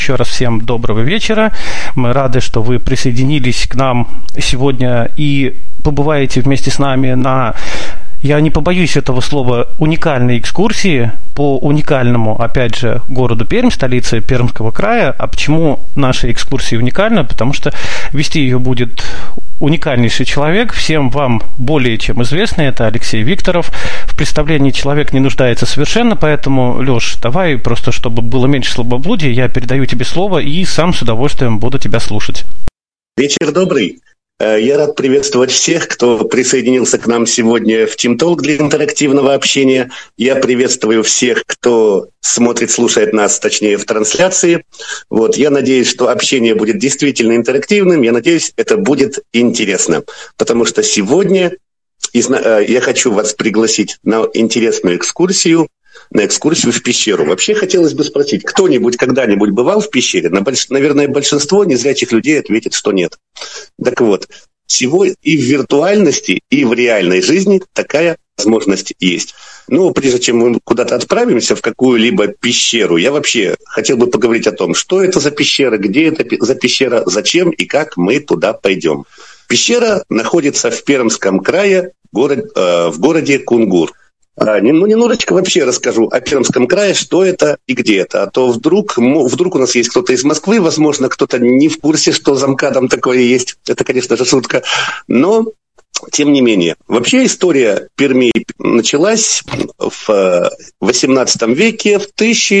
Еще раз всем доброго вечера. Мы рады, что вы присоединились к нам сегодня и побываете вместе с нами на, я не побоюсь этого слова, уникальной экскурсии по уникальному, опять же, городу Пермь, столице Пермского края. А почему наша экскурсия уникальна? Потому что вести ее будет уникальнейший человек, всем вам более чем известный, это Алексей Викторов. В представлении человек не нуждается совершенно, поэтому, Леш, давай просто, чтобы было меньше словоблудия, я передаю тебе слово и сам с удовольствием буду тебя слушать. Вечер добрый. Я рад приветствовать всех, кто присоединился к нам сегодня в Team Talk для интерактивного общения. Я приветствую всех, кто смотрит, слушает нас, точнее, в трансляции. Я надеюсь, что общение будет действительно интерактивным. Я надеюсь, это будет интересно. Потому что сегодня я хочу вас пригласить на интересную экскурсию, в пещеру. Вообще хотелось бы спросить, кто-нибудь когда-нибудь бывал в пещере? Наверное, большинство незрячих людей ответит, что нет. Так вот, сегодня и в виртуальности, и в реальной жизни такая возможность есть. Но прежде чем мы куда-то отправимся, в какую-либо пещеру, я вообще хотел бы поговорить о том, что это за пещера, где это за пещера, зачем и как мы туда пойдем. Пещера находится в Пермском крае, в городе Кунгур. Немножечко вообще расскажу о Пермском крае, что это и где это. А то вдруг у нас есть кто-то из Москвы, возможно, кто-то не в курсе, что за МКАДом такое есть. Это, конечно же, шутка. Но, тем не менее, вообще история Перми началась в XVIII веке, в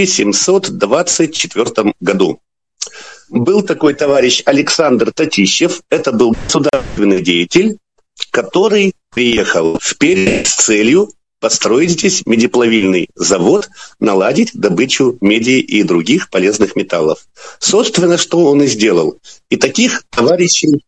1724 году. Был такой товарищ Александр Татищев. Это был государственный деятель, который приехал в Пермь с целью построить здесь медиплавильный завод, наладить добычу меди и других полезных металлов. Собственно, что он и сделал. И таких товарищей,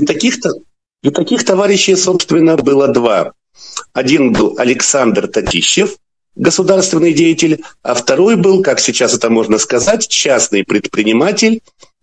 собственно, было два. Один был Александр Татищев, государственный деятель, а второй был, как сейчас это можно сказать, частные предприниматели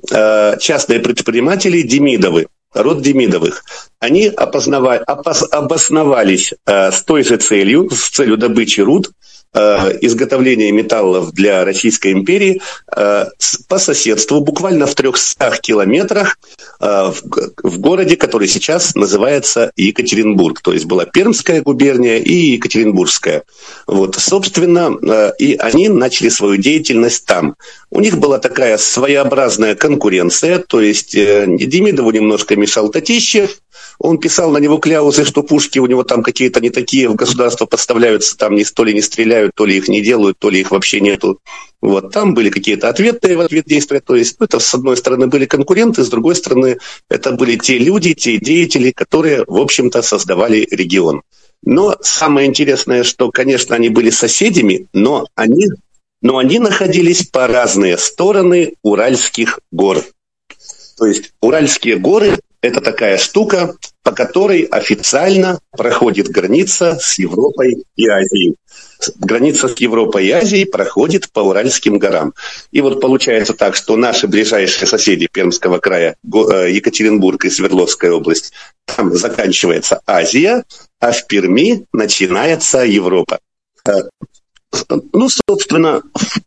Демидовы. Род Демидовых. Они обосновались с той же целью, с целью добычи руд, изготовления металлов для Российской империи по соседству, буквально в 300 километрах в городе, который сейчас называется Екатеринбург. То есть была Пермская губерния и Екатеринбургская. Собственно, и они начали свою деятельность там. У них была такая своеобразная конкуренция, то есть Демидову немножко мешал Татищев. Он писал на него кляузы, что пушки у него там какие-то не такие, в государство подставляются, там то ли не стреляют, то ли их не делают, то ли их вообще нету. Там были какие-то ответные в ответ действия. То есть это, с одной стороны, были конкуренты, с другой стороны, это были те люди, те деятели, которые, в общем-то, создавали регион. Но самое интересное, что, конечно, они были соседями, но они находились по разные стороны Уральских гор. То есть Уральские горы – это такая штука, по которой официально проходит граница с Европой и Азией. Граница с Европой и Азией проходит по Уральским горам. И получается так, что наши ближайшие соседи Пермского края, Екатеринбург и Свердловская область, там заканчивается Азия, а в Перми начинается Европа. Собственно, в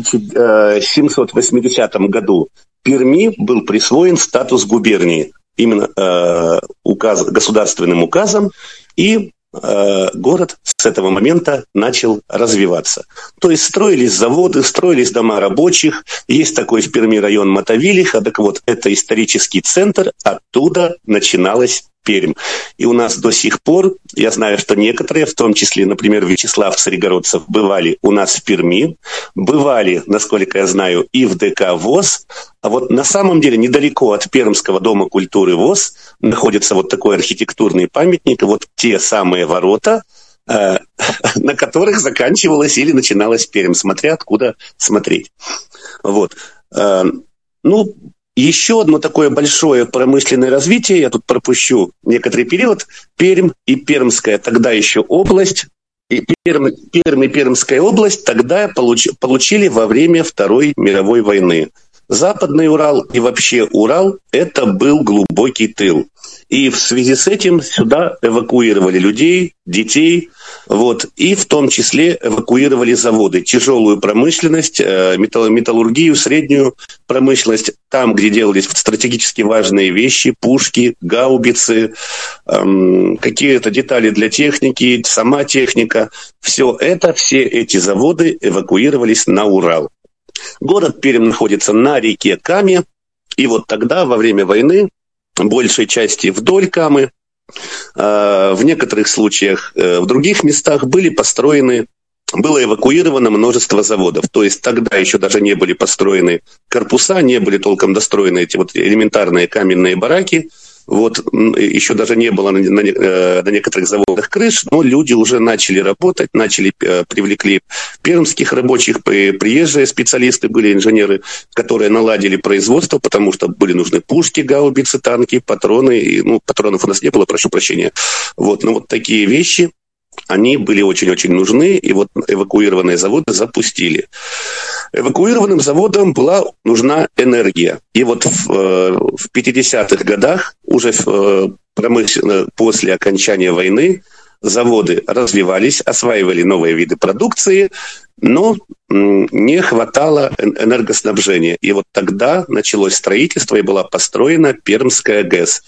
1780 году Перми был присвоен статус губернии, именно государственным указом, и город с этого момента начал развиваться. То есть строились заводы, строились дома рабочих. Есть такой в Перми район Мотовилиха. Так вот, это исторический центр, оттуда начиналась Пермь. И у нас до сих пор, я знаю, что некоторые, в том числе, например, Вячеслав Царегородцев, бывали у нас в Перми, бывали, насколько я знаю, и в ДК ВОС. А на самом деле недалеко от Пермского дома культуры ВОС находится такой архитектурный памятник, те самые ворота, на которых заканчивалась или начиналась Пермь, смотря откуда смотреть. Еще одно такое большое промышленное развитие, я тут пропущу некоторый период, Пермь и Пермская тогда еще область, и Пермь и Пермская область тогда получили во время Второй мировой войны. Западный Урал и вообще Урал – это был глубокий тыл. И в связи с этим сюда эвакуировали людей, детей, и в том числе эвакуировали заводы, тяжелую промышленность, металлургию, среднюю промышленность, там, где делались стратегически важные вещи, пушки, гаубицы, какие-то детали для техники, сама техника. Все эти заводы эвакуировались на Урал. Город Пермь находится на реке Каме, и вот тогда, во время войны, большей части вдоль Камы, в некоторых случаях в других местах было эвакуировано множество заводов. То есть тогда еще даже не были построены корпуса, не были толком достроены эти элементарные каменные бараки. Еще даже не было на некоторых заводах крыш, но люди уже начали работать, привлекли пермских рабочих, приезжие специалисты были, инженеры, которые наладили производство, потому что были нужны пушки, гаубицы, танки, патроны. Патронов у нас не было, прошу прощения. Но такие вещи, они были очень-очень нужны, и эвакуированные заводы запустили. Эвакуированным заводам была нужна энергия. И в 50-х годах, уже после окончания войны, заводы развивались, осваивали новые виды продукции, но не хватало энергоснабжения. И тогда началось строительство, и была построена Пермская ГЭС,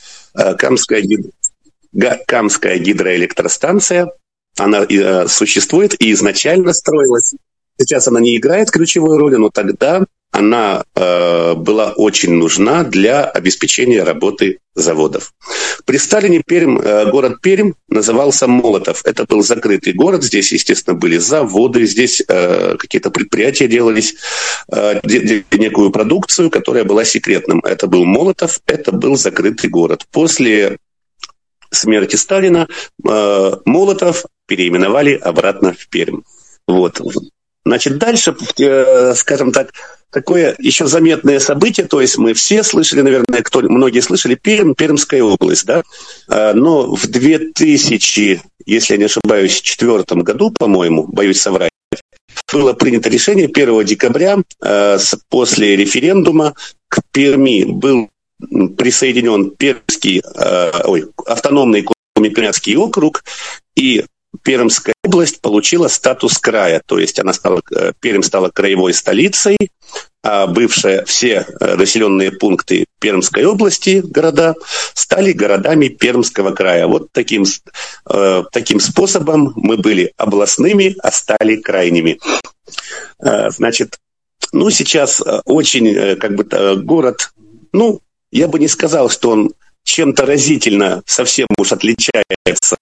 Камская гидроэлектростанция. Она существует и изначально строилась. Сейчас она не играет ключевой роли, но тогда она была очень нужна для обеспечения работы заводов. При Сталине город Пермь назывался Молотов. Это был закрытый город. Здесь, естественно, были заводы, здесь какие-то предприятия делались, некую продукцию, которая была секретным. Это был Молотов, это был закрытый город. После смерти Сталина Молотов переименовали обратно в Пермь. Значит, дальше, скажем так, такое еще заметное событие, то есть мы все слышали, наверное, многие слышали, Пермская область, да, но в 2000, если я не ошибаюсь, 2004 году, по-моему, боюсь соврать, было принято решение 1 декабря после референдума к Перми был присоединен автономный Пермский округ, и Пермская область получила статус края, то есть Пермь стала краевой столицей, а бывшие все населенные пункты Пермской области, города, стали городами Пермского края. Таким способом мы были областными, а стали крайними. Значит, сейчас очень город, я бы не сказал, что он чем-то разительно совсем уж отличается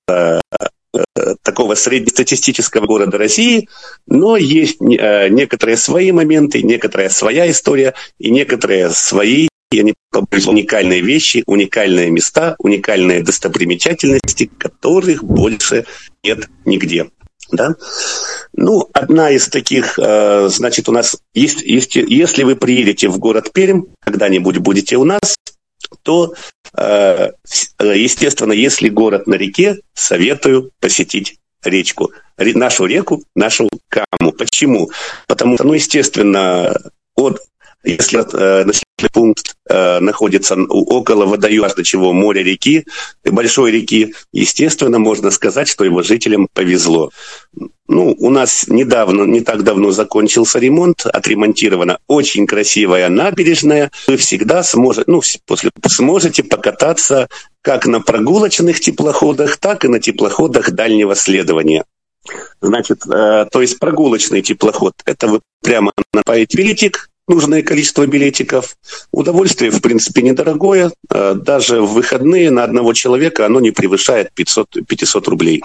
такого среднестатистического города России, но есть некоторые свои моменты, некоторая своя история и некоторые свои уникальные вещи, уникальные места, уникальные достопримечательности, которых больше нет нигде. Да? Одна из таких, значит, у нас есть, если вы приедете в город Пермь, когда-нибудь будете у нас, то, естественно, если город на реке, советую посетить речку. Нашу реку, нашу Каму. Почему? Потому что, естественно, если населенный пункт находится около водоема, чего моря реки, большой реки, естественно, можно сказать, что его жителям повезло. У нас не так давно закончился ремонт, отремонтирована очень красивая набережная. Вы всегда сможете покататься как на прогулочных теплоходах, так и на теплоходах дальнего следования. Значит, то есть прогулочный теплоход – это вы прямо напаете билетик, нужное количество билетиков. Удовольствие, в принципе, недорогое. Даже в выходные на одного человека оно не превышает 500 рублей.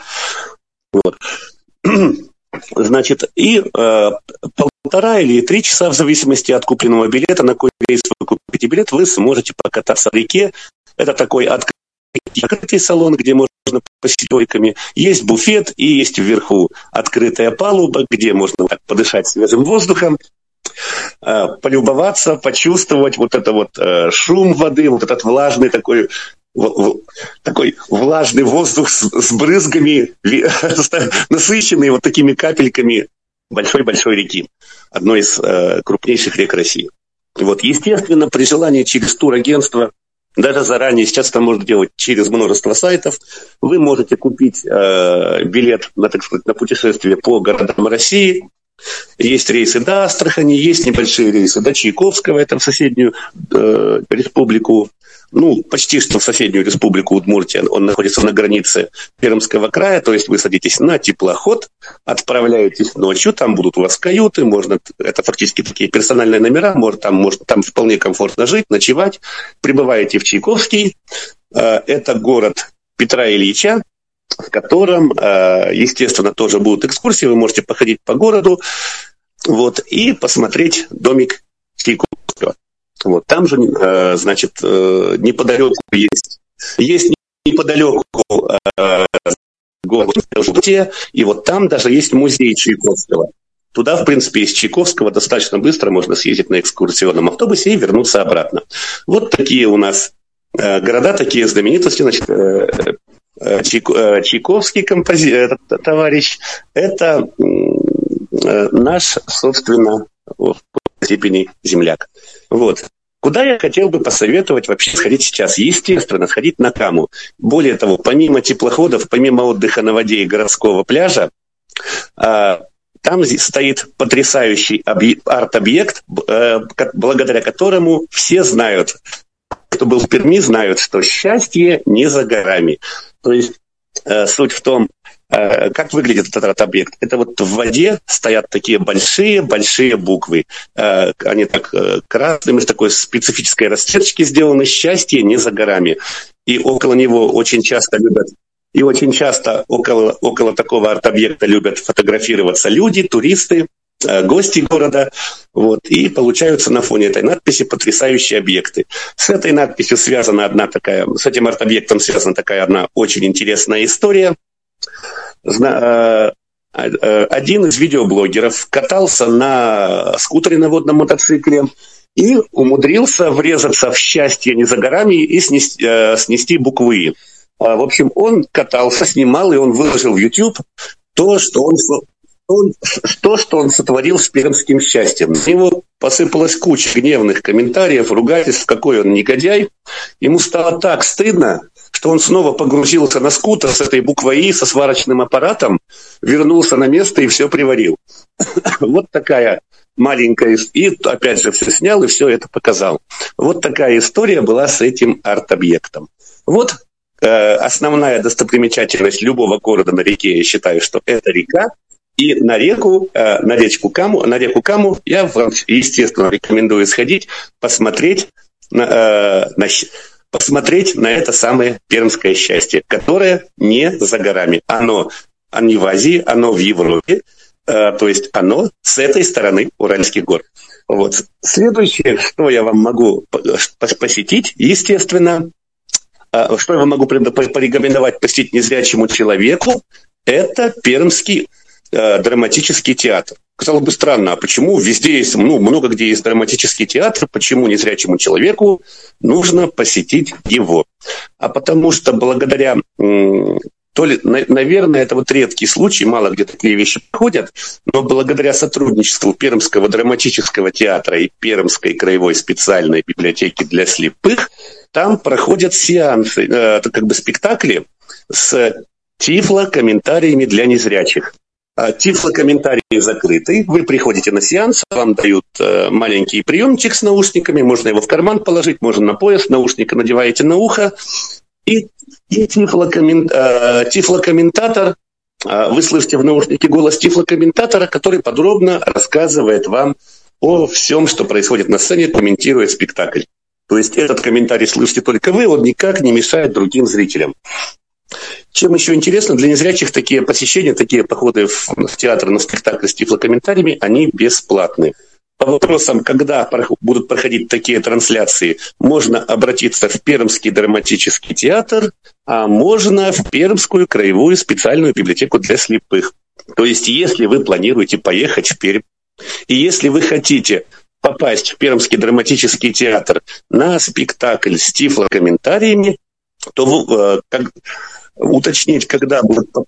Значит, и 1,5 или 3 часа, в зависимости от купленного билета, на какой рейс вы купите билет, вы сможете покататься в реке. Это такой открытый салон, где можно посидеть столиками. Есть буфет и есть вверху открытая палуба, где можно подышать свежим воздухом, полюбоваться, почувствовать шум воды, этот влажный такой влажный воздух с брызгами, насыщенный такими капельками большой-большой реки, одной из крупнейших рек России. Вот, естественно, при желании через турагентство, даже заранее, сейчас это можно делать через множество сайтов, вы можете купить билет на, так сказать, на путешествие по городам России. Есть рейсы до Астрахани, есть небольшие рейсы до Чайковского, это в соседнюю республику, ну, почти что в соседнюю республику Удмуртия. Он находится на границе Пермского края, то есть вы садитесь на теплоход, отправляетесь ночью, там будут у вас каюты, можно, это фактически такие персональные номера, можно там вполне комфортно жить, ночевать, прибываете в Чайковский, это город Петра Ильича, в котором, естественно, тоже будут экскурсии, вы можете походить по городу, вот, и посмотреть домик Чайковского. Вот, там же, значит, неподалеку есть неподалеку город Удмуртия, и вот там даже есть музей Чайковского. Туда, в принципе, из Чайковского достаточно быстро можно съездить на экскурсионном автобусе и вернуться обратно. Вот такие у нас города, такие знаменитости, значит, Чайковский товарищ, это наш, собственно, в степени земляк. Вот. Куда я хотел бы посоветовать вообще сходить сейчас? Естественно, сходить на Каму. Более того, помимо теплоходов, помимо отдыха на воде и городского пляжа, там стоит потрясающий арт-объект, благодаря которому все знают, кто был в Перми, знают, что счастье не за горами. То есть суть в том, как выглядит этот арт-объект. Это вот в воде стоят такие большие буквы. Они так красными, с такой специфической расцветочки сделаны. Счастье не за горами. И около него очень часто любят... И очень часто около такого арт-объекта любят фотографироваться люди, туристы, гости города. Вот, и получаются на фоне этой надписи потрясающие объекты. С этой надписью связана с этим арт-объектом связана такая одна очень интересная история. Один из видеоблогеров катался на скутере, на водном мотоцикле, и умудрился врезаться в счастье не за горами и снести буквы. В общем, он катался, снимал, и он выложил в YouTube то, что он сотворил с пермским счастьем. На него посыпалась куча гневных комментариев, ругательств, какой он негодяй. Ему стало так стыдно, что он снова погрузился на скутер с этой буквой «И», со сварочным аппаратом, вернулся на место и все приварил. Вот такая маленькая... И опять же все снял и все это показал. Вот такая история была с этим арт-объектом. Вот основная достопримечательность любого города на реке, я считаю, что это река. И на реку Каму я вам, естественно, рекомендую сходить, посмотреть на это самое пермское счастье, которое не за горами. Оно не в Азии, оно в Европе, то есть оно с этой стороны Уральских гор. Вот. Следующее, что я вам могу посетить, естественно, что я вам могу порекомендовать посетить незрячему человеку, это Пермский драматический театр. Казалось бы, странно, а почему везде есть, много где есть драматический театр, почему незрячему человеку нужно посетить его? А потому что благодаря, наверное, это вот редкий случай, мало где такие вещи проходят, но благодаря сотрудничеству Пермского драматического театра и Пермской краевой специальной библиотеки для слепых, там проходят сеансы, спектакли с тифлокомментариями для незрячих. Тифлокомментарии закрыты. Вы приходите на сеанс, вам дают маленький приемчик с наушниками, можно его в карман положить, можно на пояс, наушники надеваете на ухо, и тифлокомментатор, вы слышите в наушнике голос тифлокомментатора, который подробно рассказывает вам о всем, что происходит на сцене, комментирует спектакль. То есть этот комментарий слышите только вы, он никак не мешает другим зрителям. Чем еще интересно, для незрячих такие посещения, такие походы в театр на спектакль с тифлокомментариями, они бесплатны. По вопросам, когда будут проходить такие трансляции, можно обратиться в Пермский драматический театр, а можно в Пермскую краевую специальную библиотеку для слепых. То есть, если вы планируете поехать в Пермь, и если вы хотите попасть в Пермский драматический театр на спектакль с тифлокомментариями, то уточнить, когда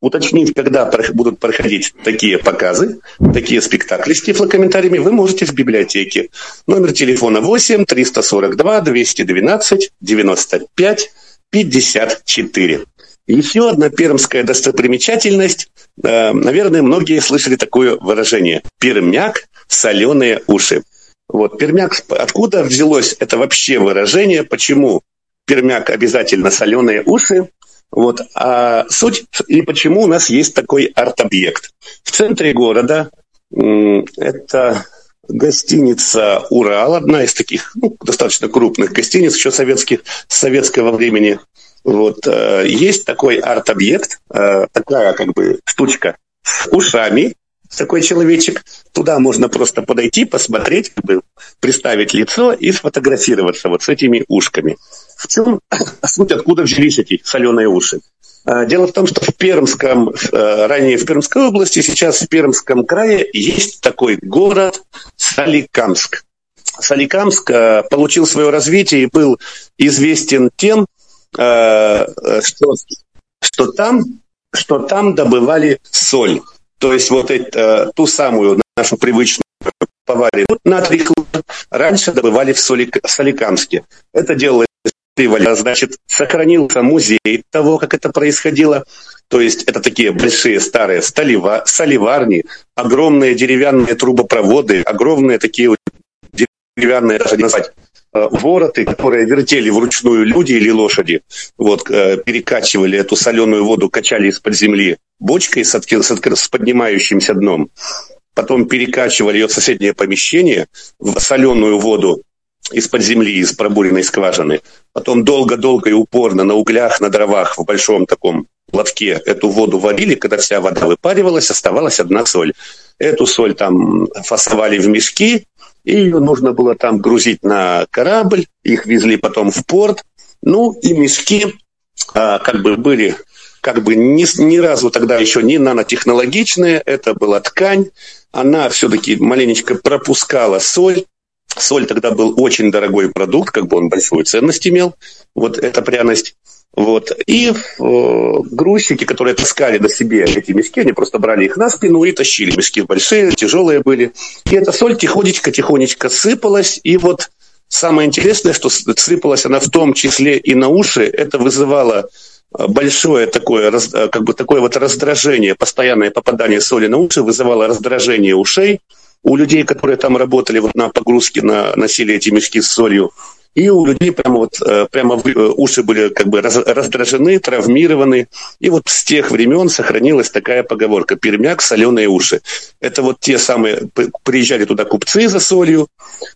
уточнить, когда будут проходить такие показы, такие спектакли с тифлокомментариями, вы можете в библиотеке. Номер телефона 8 342 212 95 54. Еще одна пермская достопримечательность. Наверное, многие слышали такое выражение. Пермяк, соленые уши. Вот, пермяк, откуда взялось это вообще выражение? Почему пермяк обязательно соленые уши? Вот, а суть и почему у нас есть такой арт-объект. В центре города это гостиница «Урал», одна из таких достаточно крупных гостиниц, еще советского времени. Вот, есть такой арт-объект, такая как бы штучка с ушами, такой человечек. Туда можно просто подойти, посмотреть, как бы приставить лицо и сфотографироваться вот с этими ушками. В чем суть, откуда взялись эти соленые уши? Дело в том, что ранее в Пермской области, сейчас в Пермском крае есть такой город Соликамск. Соликамск получил свое развитие и был известен тем, что там добывали соль. То есть вот ту самую нашу привычную поваренную натрий хлор раньше добывали в Соликамске. Это делалось, значит, сохранился музей того, как это происходило. То есть это такие большие старые солеварни, огромные деревянные трубопроводы, огромные такие вот деревянные, даже не назвать, вороты, которые вертели вручную люди или лошади, вот, перекачивали эту соленую воду, качали из-под земли бочкой с поднимающимся дном, потом перекачивали ее в соседнее помещение, в соленую воду из-под земли, из пробуренной скважины, потом долго-долго и упорно на углях, на дровах в большом таком лотке эту воду варили, когда вся вода выпаривалась, оставалась одна соль. Эту соль там фасовали в мешки, и ее нужно было там грузить на корабль, их везли потом в порт. Ну и мешки были ни разу тогда еще не нанотехнологичные, это была ткань, она все-таки маленечко пропускала соль. Соль тогда был очень дорогой продукт, как бы он большую ценность имел, вот эта пряность. Вот. И грузчики, которые таскали на себе эти мешки, они просто брали их на спину и тащили. Мешки большие, тяжелые были. И эта соль тихонечко сыпалась. И вот самое интересное, что сыпалась она в том числе и на уши. Это вызывало большое такое вот раздражение, постоянное попадание соли на уши вызывало раздражение ушей у людей, которые там работали вот на погрузке, носили эти мешки с солью. И у людей прямо уши были как бы раздражены, травмированы. И вот с тех времен сохранилась такая поговорка: пермяк, соленые уши. Это вот те самые, приезжали туда купцы за солью,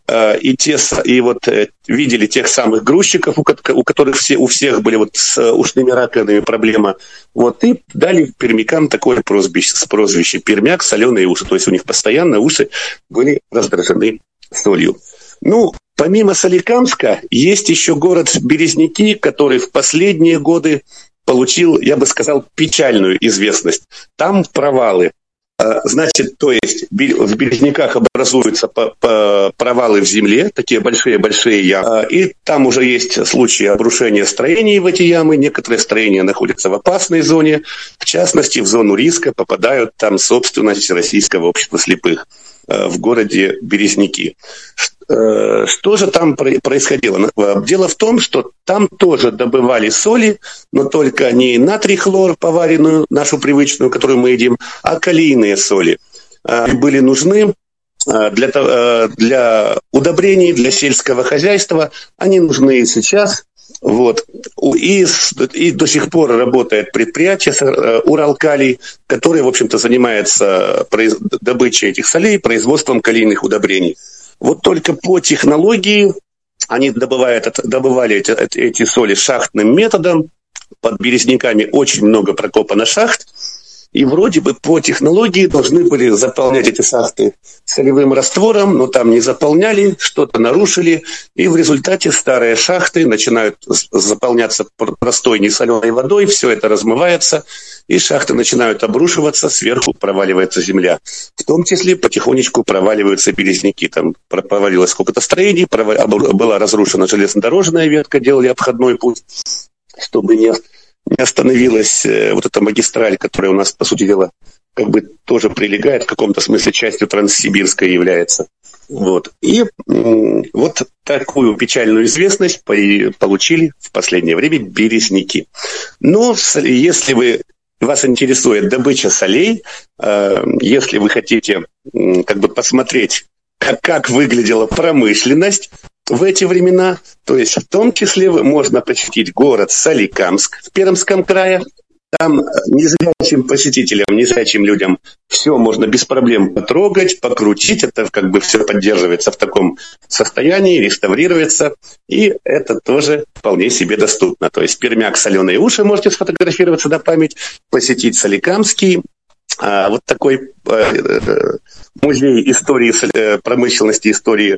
и вот видели тех самых грузчиков, у которых у всех были вот с ушными раковинами проблема. Вот, и дали пермякам такое прозвище пермяк, соленые уши. То есть у них постоянно уши были раздражены солью. Ну, помимо Соликамска, есть еще город Березники, который в последние годы получил, я бы сказал, печальную известность. Там провалы. Значит, то есть в Березниках образуются провалы в земле, такие большие-большие ямы. И там уже есть случаи обрушения строений в эти ямы. Некоторые строения находятся в опасной зоне. В частности, в зону риска попадают там собственность Российского общества слепых в городе Березники. Что же там происходило? Дело в том, что там тоже добывали соли, но только не натрий хлор, поваренную, нашу привычную, которую мы едим, а калийные соли. Были нужны для удобрений, для сельского хозяйства. Они нужны и сейчас. Вот. И до сих пор работает предприятие «Уралкалий», которое, в общем-то, занимается добычей этих солей, производством калийных удобрений. Вот только по технологии они добывали эти соли шахтным методом. Под Березниками очень много прокопано шахт. И вроде бы по технологии должны были заполнять эти шахты солевым раствором, но там не заполняли, что-то нарушили. И в результате старые шахты начинают заполняться простой несоленой водой, все это размывается, и шахты начинают обрушиваться, сверху проваливается земля. В том числе потихонечку проваливаются Березники. Там провалилось сколько-то строений, была разрушена железнодорожная ветка, делали обходной путь, чтобы не не остановилась вот эта магистраль, которая у нас, по сути дела, как бы тоже прилегает, в каком-то смысле частью Транссибирской является. Вот. И вот такую печальную известность получили в последнее время березники. Но если вас интересует добыча солей, если вы хотите как бы посмотреть, как выглядела промышленность в эти времена, то есть в том числе можно посетить город Соликамск в Пермском крае. Там незрячим посетителям, незрячим людям все можно без проблем потрогать, покрутить. Это как бы все поддерживается в таком состоянии, реставрируется. И это тоже вполне себе доступно. То есть пермяк соленые уши можете сфотографироваться на память, посетить Соликамский. Вот такой музей истории промышленности, истории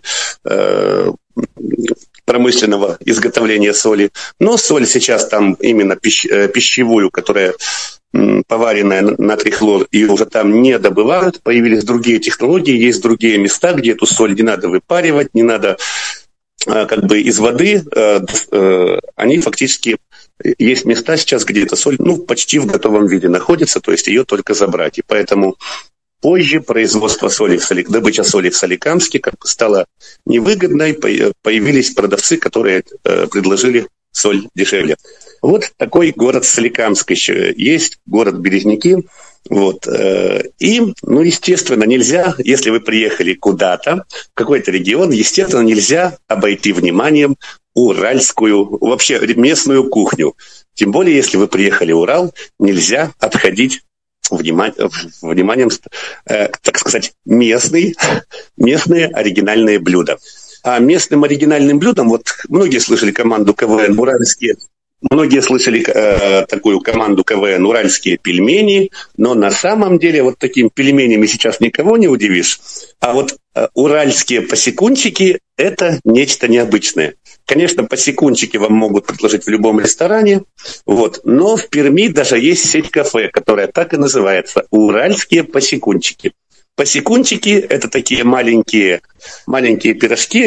промышленного изготовления соли. Но соль сейчас там именно пищевую, которая поваренная на трихлор, ее уже там не добывают. Появились другие технологии, есть другие места, где эту соль не надо выпаривать, не надо как бы из воды. Они фактически... Есть места сейчас, где эта соль почти в готовом виде находится, то есть ее только забрать. И поэтому позже производство соли, добыча соли в Соликамске как бы стало невыгодной, появились продавцы, которые предложили соль дешевле. Вот такой город Соликамск еще есть, город Березники. Вот. И, естественно, нельзя, если вы приехали куда-то, в какой-то регион, естественно, нельзя обойти вниманием уральскую, вообще местную кухню. Тем более, если вы приехали в Урал, нельзя обходить вниманием, так сказать, местные оригинальные блюда. А местным оригинальным блюдом, вот многие слышали команду КВН «Уральские», многие слышали такую команду КВН «Уральские пельмени», но на самом деле вот такими пельменями сейчас никого не удивишь. А вот уральские посекунчики – это нечто необычное. Конечно, посекунчики вам могут предложить в любом ресторане, вот, но в Перми даже есть сеть кафе, которая так и называется – «Уральские посекунчики». Посекунчики – это такие маленькие пирожки,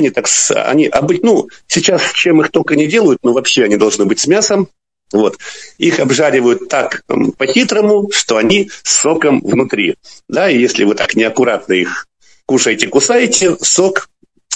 сейчас чем их только не делают, но вообще они должны быть с мясом. Вот. Их обжаривают так по-хитрому, что они с соком внутри. Да, и если вы так неаккуратно их кушаете, кусаете, сок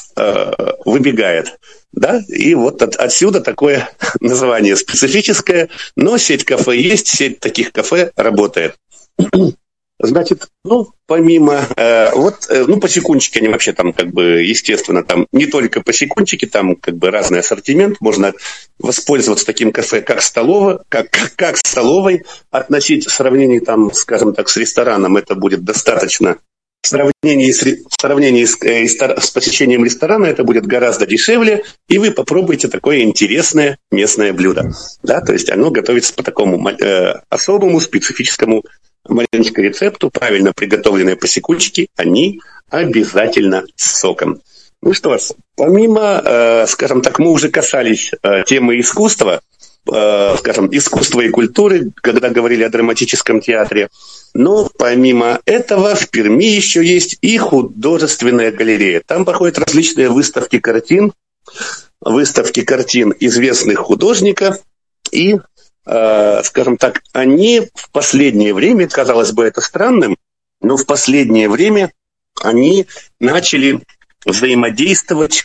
выбегает. Да? И вот отсюда такое название специфическое, но сеть кафе есть, сеть таких кафе работает. Значит, помимо, посекунчики, они вообще там, как бы, естественно, там не только посекунчики, там, как бы, разный ассортимент, можно воспользоваться таким кафе, как столовой, относить в сравнении, там, скажем так, с рестораном, это будет достаточно. В сравнении с посещением ресторана это будет гораздо дешевле, и вы попробуете такое интересное местное блюдо. Да? То есть оно готовится по такому особому, специфическому маленькому рецепту. Правильно приготовленные посекунчики, они обязательно с соком. Ну что ж, помимо, скажем так, мы уже касались темы искусства, искусства и культуры, когда говорили о драматическом театре. Но помимо этого в Перми еще есть и художественная галерея. Там проходят различные выставки картин известных художников. И, скажем так, они в последнее время, казалось бы, это странным, но в последнее время они начали взаимодействовать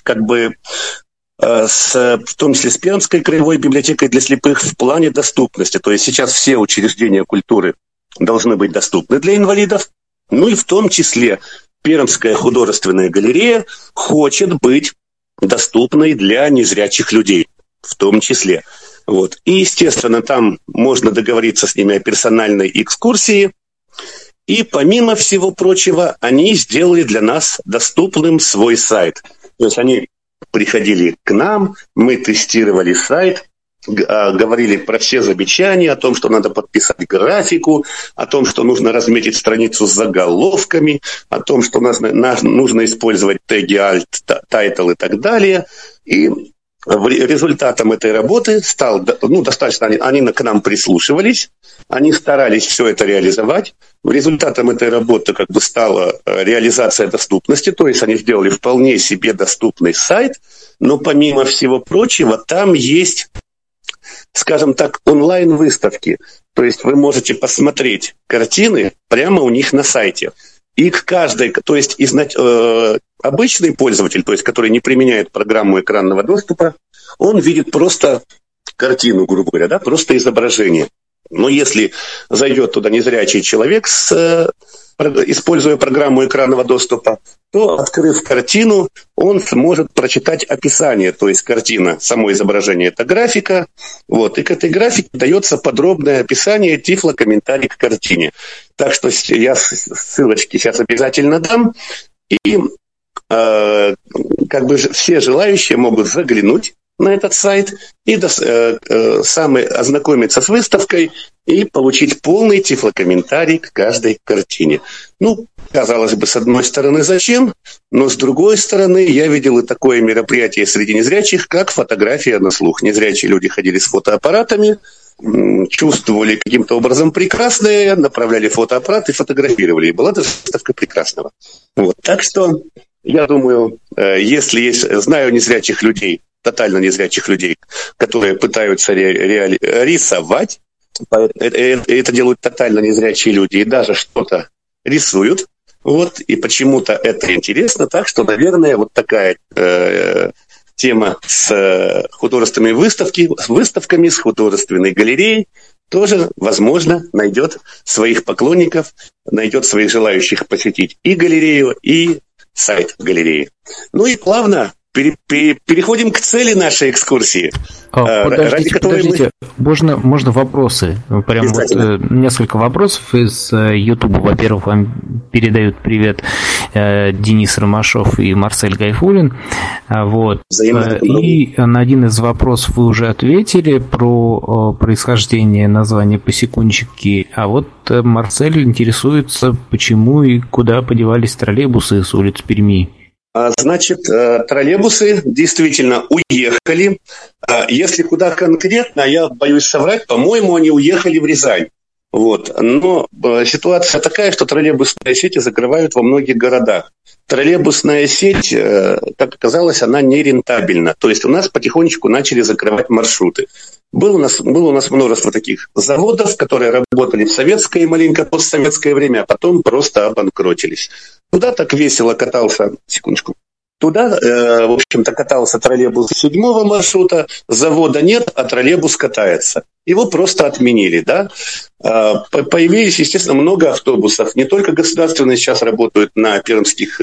в том числе с Пермской краевой библиотекой для слепых в плане доступности. То есть сейчас все учреждения культуры должны быть доступны для инвалидов. И в том числе Пермская художественная галерея хочет быть доступной для незрячих людей. В том числе. Вот. И, естественно, там можно договориться с ними о персональной экскурсии. И, помимо всего прочего, они сделали для нас доступным свой сайт. То есть они приходили к нам, мы тестировали сайт, говорили про все замечания, о том, что надо подписать графику, о том, что нужно разметить страницу с заголовками, о том, что нужно использовать теги alt, title и так далее. И результатом этой работы стал, достаточно, они к нам прислушивались, они старались все это реализовать. Результатом этой работы стала реализация доступности, то есть они сделали вполне себе доступный сайт, но помимо всего прочего там есть скажем так, онлайн-выставки. То есть вы можете посмотреть картины прямо у них на сайте. И к каждой, то есть обычный пользователь, то есть который не применяет программу экранного доступа, он видит просто картину, грубо говоря, да, просто изображение. Но если зайдет туда незрячий человек, используя программу экранного доступа, то, открыв картину, он сможет прочитать описание. То есть картина, само изображение – это графика. Вот, и к этой графике дается подробное описание, тифлокомментарий к картине. Так что я ссылочки сейчас обязательно дам. И как бы все желающие могут заглянуть на этот сайт и ознакомиться с выставкой и получить полный тифлокомментарий к каждой картине. Ну, казалось бы, с одной стороны, зачем? Но с другой стороны, я видел и такое мероприятие среди незрячих, как фотография на слух. Незрячие люди ходили с фотоаппаратами, чувствовали каким-то образом прекрасное, направляли фотоаппарат и фотографировали. И была даже выставка прекрасного. Вот. Так что, я думаю, если есть, знаю незрячих людей, тотально незрячих людей, которые пытаются рисовать. Это делают тотально незрячие люди и даже что-то рисуют. Вот, и почему-то это интересно. Так что, наверное, вот такая тема с художественными выставками, с художественной галереей тоже, возможно, найдет своих поклонников, найдет своих желающих посетить и галерею, и сайт галереи. Ну и плавно переходим к цели нашей экскурсии. Подождите. Можно вопросы? Прям вот несколько вопросов из Ютуба. Во-первых, вам передают привет Денис Ромашов и Марсель Гайфулин. Вот. И на один из вопросов вы уже ответили про происхождение названия «Посекундчики». А вот Марсель интересуется, почему и куда подевались троллейбусы с улиц Перми. Значит, троллейбусы действительно уехали. Если куда конкретно, я боюсь соврать, по-моему, они уехали в Рязань. Вот. Но ситуация такая, что троллейбусные сети закрывают во многих городах. Троллейбусная сеть, как оказалось, она нерентабельна. То есть у нас потихонечку начали закрывать маршруты. Было у нас множество таких заводов, которые работали в советское и маленько постсоветское время, а потом просто обанкротились. Туда так весело катался, Туда, в общем-то, катался троллейбус 7-го маршрута, завода нет, а троллейбус катается. Его просто отменили, да. Появились, естественно, много автобусов. Не только государственные сейчас работают на пермских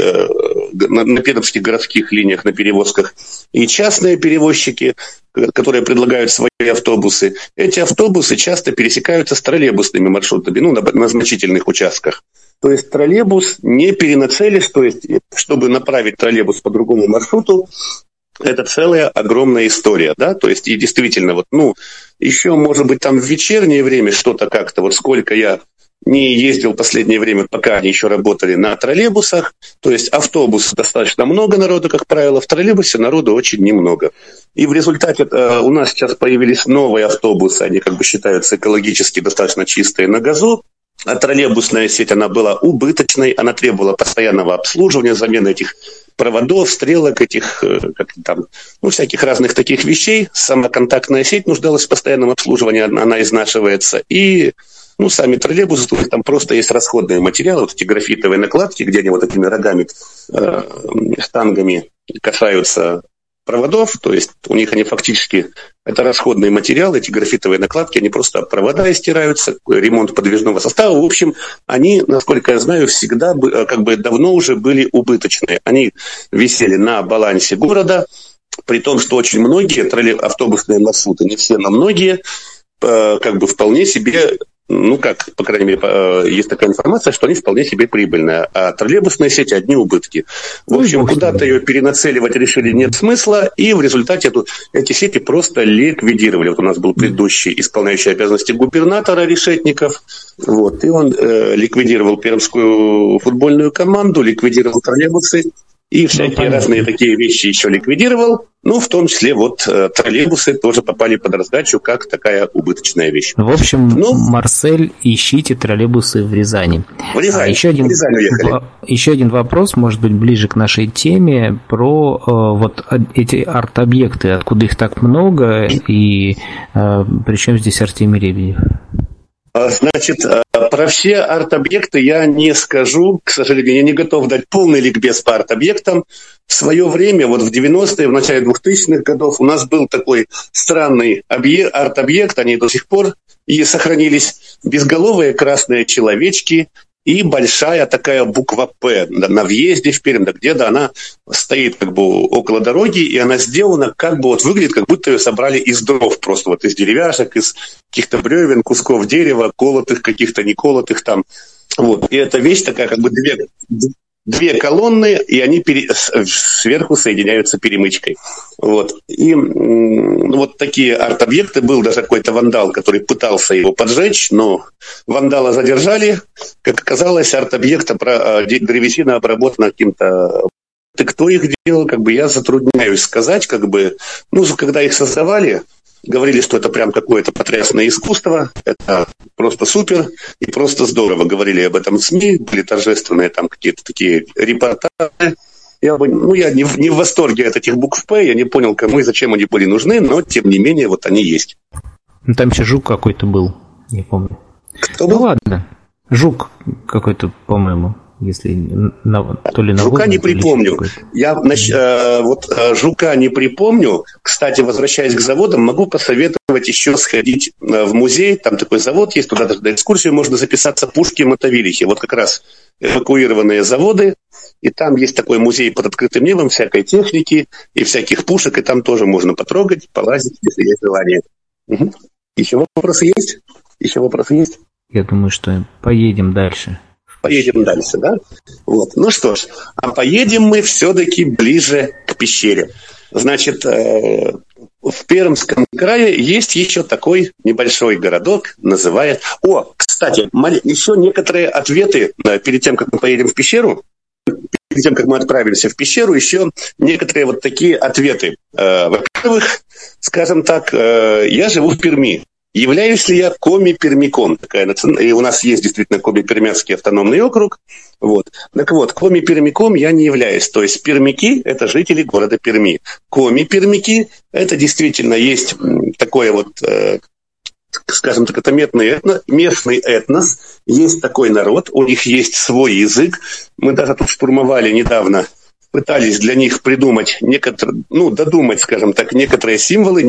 городских линиях, на перевозках. И частные перевозчики, которые предлагают свои автобусы. Эти автобусы часто пересекаются с троллейбусными маршрутами, на значительных участках. То есть троллейбус не перенацелишь, то есть чтобы направить троллейбус по другому маршруту, это целая огромная история, да, то есть и действительно, еще, может быть, там в вечернее время что-то как-то, сколько я не ездил в последнее время, пока они еще работали на троллейбусах, то есть автобус достаточно много народу, как правило, в троллейбусе народу очень немного. И в результате у нас сейчас появились новые автобусы, они считаются экологически достаточно чистые на газу, а троллейбусная сеть, она была убыточной, она требовала постоянного обслуживания, замены этих проводов, стрелок, всяких разных таких вещей. Сама контактная сеть нуждалась в постоянном обслуживании, она изнашивается. И сами троллейбусы, там просто есть расходные материалы, эти графитовые накладки, где они этими рогами, штангами касаются проводов, то есть у них они фактически, это расходные материалы, эти графитовые накладки, они просто провода истираются, ремонт подвижного состава. В общем, они, насколько я знаю, всегда, давно уже были убыточные. Они висели на балансе города, при том, что очень многие автобусные маршруты, не все, но многие, вполне себе, по крайней мере, есть такая информация, что они вполне себе прибыльные, а троллейбусные сети одни убытки. В общем, куда-то ее перенацеливать решили нет смысла, и в результате эти сети просто ликвидировали. У нас был предыдущий исполняющий обязанности губернатора Решетников, и он ликвидировал пермскую футбольную команду, ликвидировал троллейбусы, и всякие разные такие вещи еще ликвидировал. Ну, в том числе вот троллейбусы тоже попали под раздачу как такая убыточная вещь. В общем, Марсель, ищите троллейбусы в Рязани. В Рязани, в Рязань уехали. Еще один вопрос, может быть, ближе к нашей теме, про вот эти арт-объекты, откуда их так много, и при чем здесь Артемий Лебедев? Значит, про все арт-объекты я не скажу, к сожалению, я не готов дать полный ликбез по арт-объектам. В свое время, вот в 90-е, в начале 2000-х годов у нас был такой странный арт-объект, они до сих пор и сохранились, безголовые красные человечки и большая такая буква «П» на въезде в Пермь, где-то она стоит как бы около дороги, и она сделана как бы вот выглядит, как будто ее собрали из дров, просто вот из деревяшек, из каких-то бревен, кусков дерева, колотых каких-то, не колотых там. Вот. И эта вещь такая как бы две колонны, и они сверху соединяются перемычкой. Вот. И вот такие арт-объекты. Был даже какой-то вандал, который пытался его поджечь, но вандала задержали. Как оказалось, арт-объекта древесина обработана каким-то... Кто их делал, как бы я затрудняюсь сказать, как бы, ну, когда их создавали, говорили, что это прям какое-то потрясное искусство, это просто супер и просто здорово. Говорили об этом СМИ, были торжественные там какие-то такие репортажи. Я не в восторге от этих букв «П», я не понял, кому и зачем они были нужны, но тем не менее вот они есть. Ну, там еще жук какой-то был, не помню. Кто был? Ну ладно, жук какой-то, по-моему. Если то ли на жука не припомню. Я жука не припомню. Кстати, возвращаясь к заводам, могу посоветовать еще сходить в музей. Там такой завод есть, туда даже на экскурсию можно записаться. Пушки-мотовилихи. Вот как раз эвакуированные заводы. И там есть такой музей под открытым небом всякой техники и всяких пушек. И там тоже можно потрогать, полазить, если есть желание. Угу. Еще вопросы есть? Я думаю, что поедем дальше. Поедем дальше, да? Вот. Ну что ж, а поедем мы все-таки ближе к пещере. Значит, в Пермском крае есть еще такой небольшой городок, называет... Кстати, еще некоторые ответы перед тем, как мы поедем в пещеру, перед тем, как мы отправимся в пещеру, еще некоторые вот такие ответы. Во-первых, скажем так, я живу в Перми. Являюсь ли я коми-пермяком? И у нас есть действительно Коми-Пермяцкий автономный округ. Вот. Так вот, коми-пермяком я не являюсь. То есть пермяки – это жители города Перми. Коми-пермяки – это действительно есть такое вот, скажем так, это местный этнос. Есть такой народ, у них есть свой язык. Мы даже тут штурмовали недавно, пытались для них придумать додумать, скажем так, некоторые символы,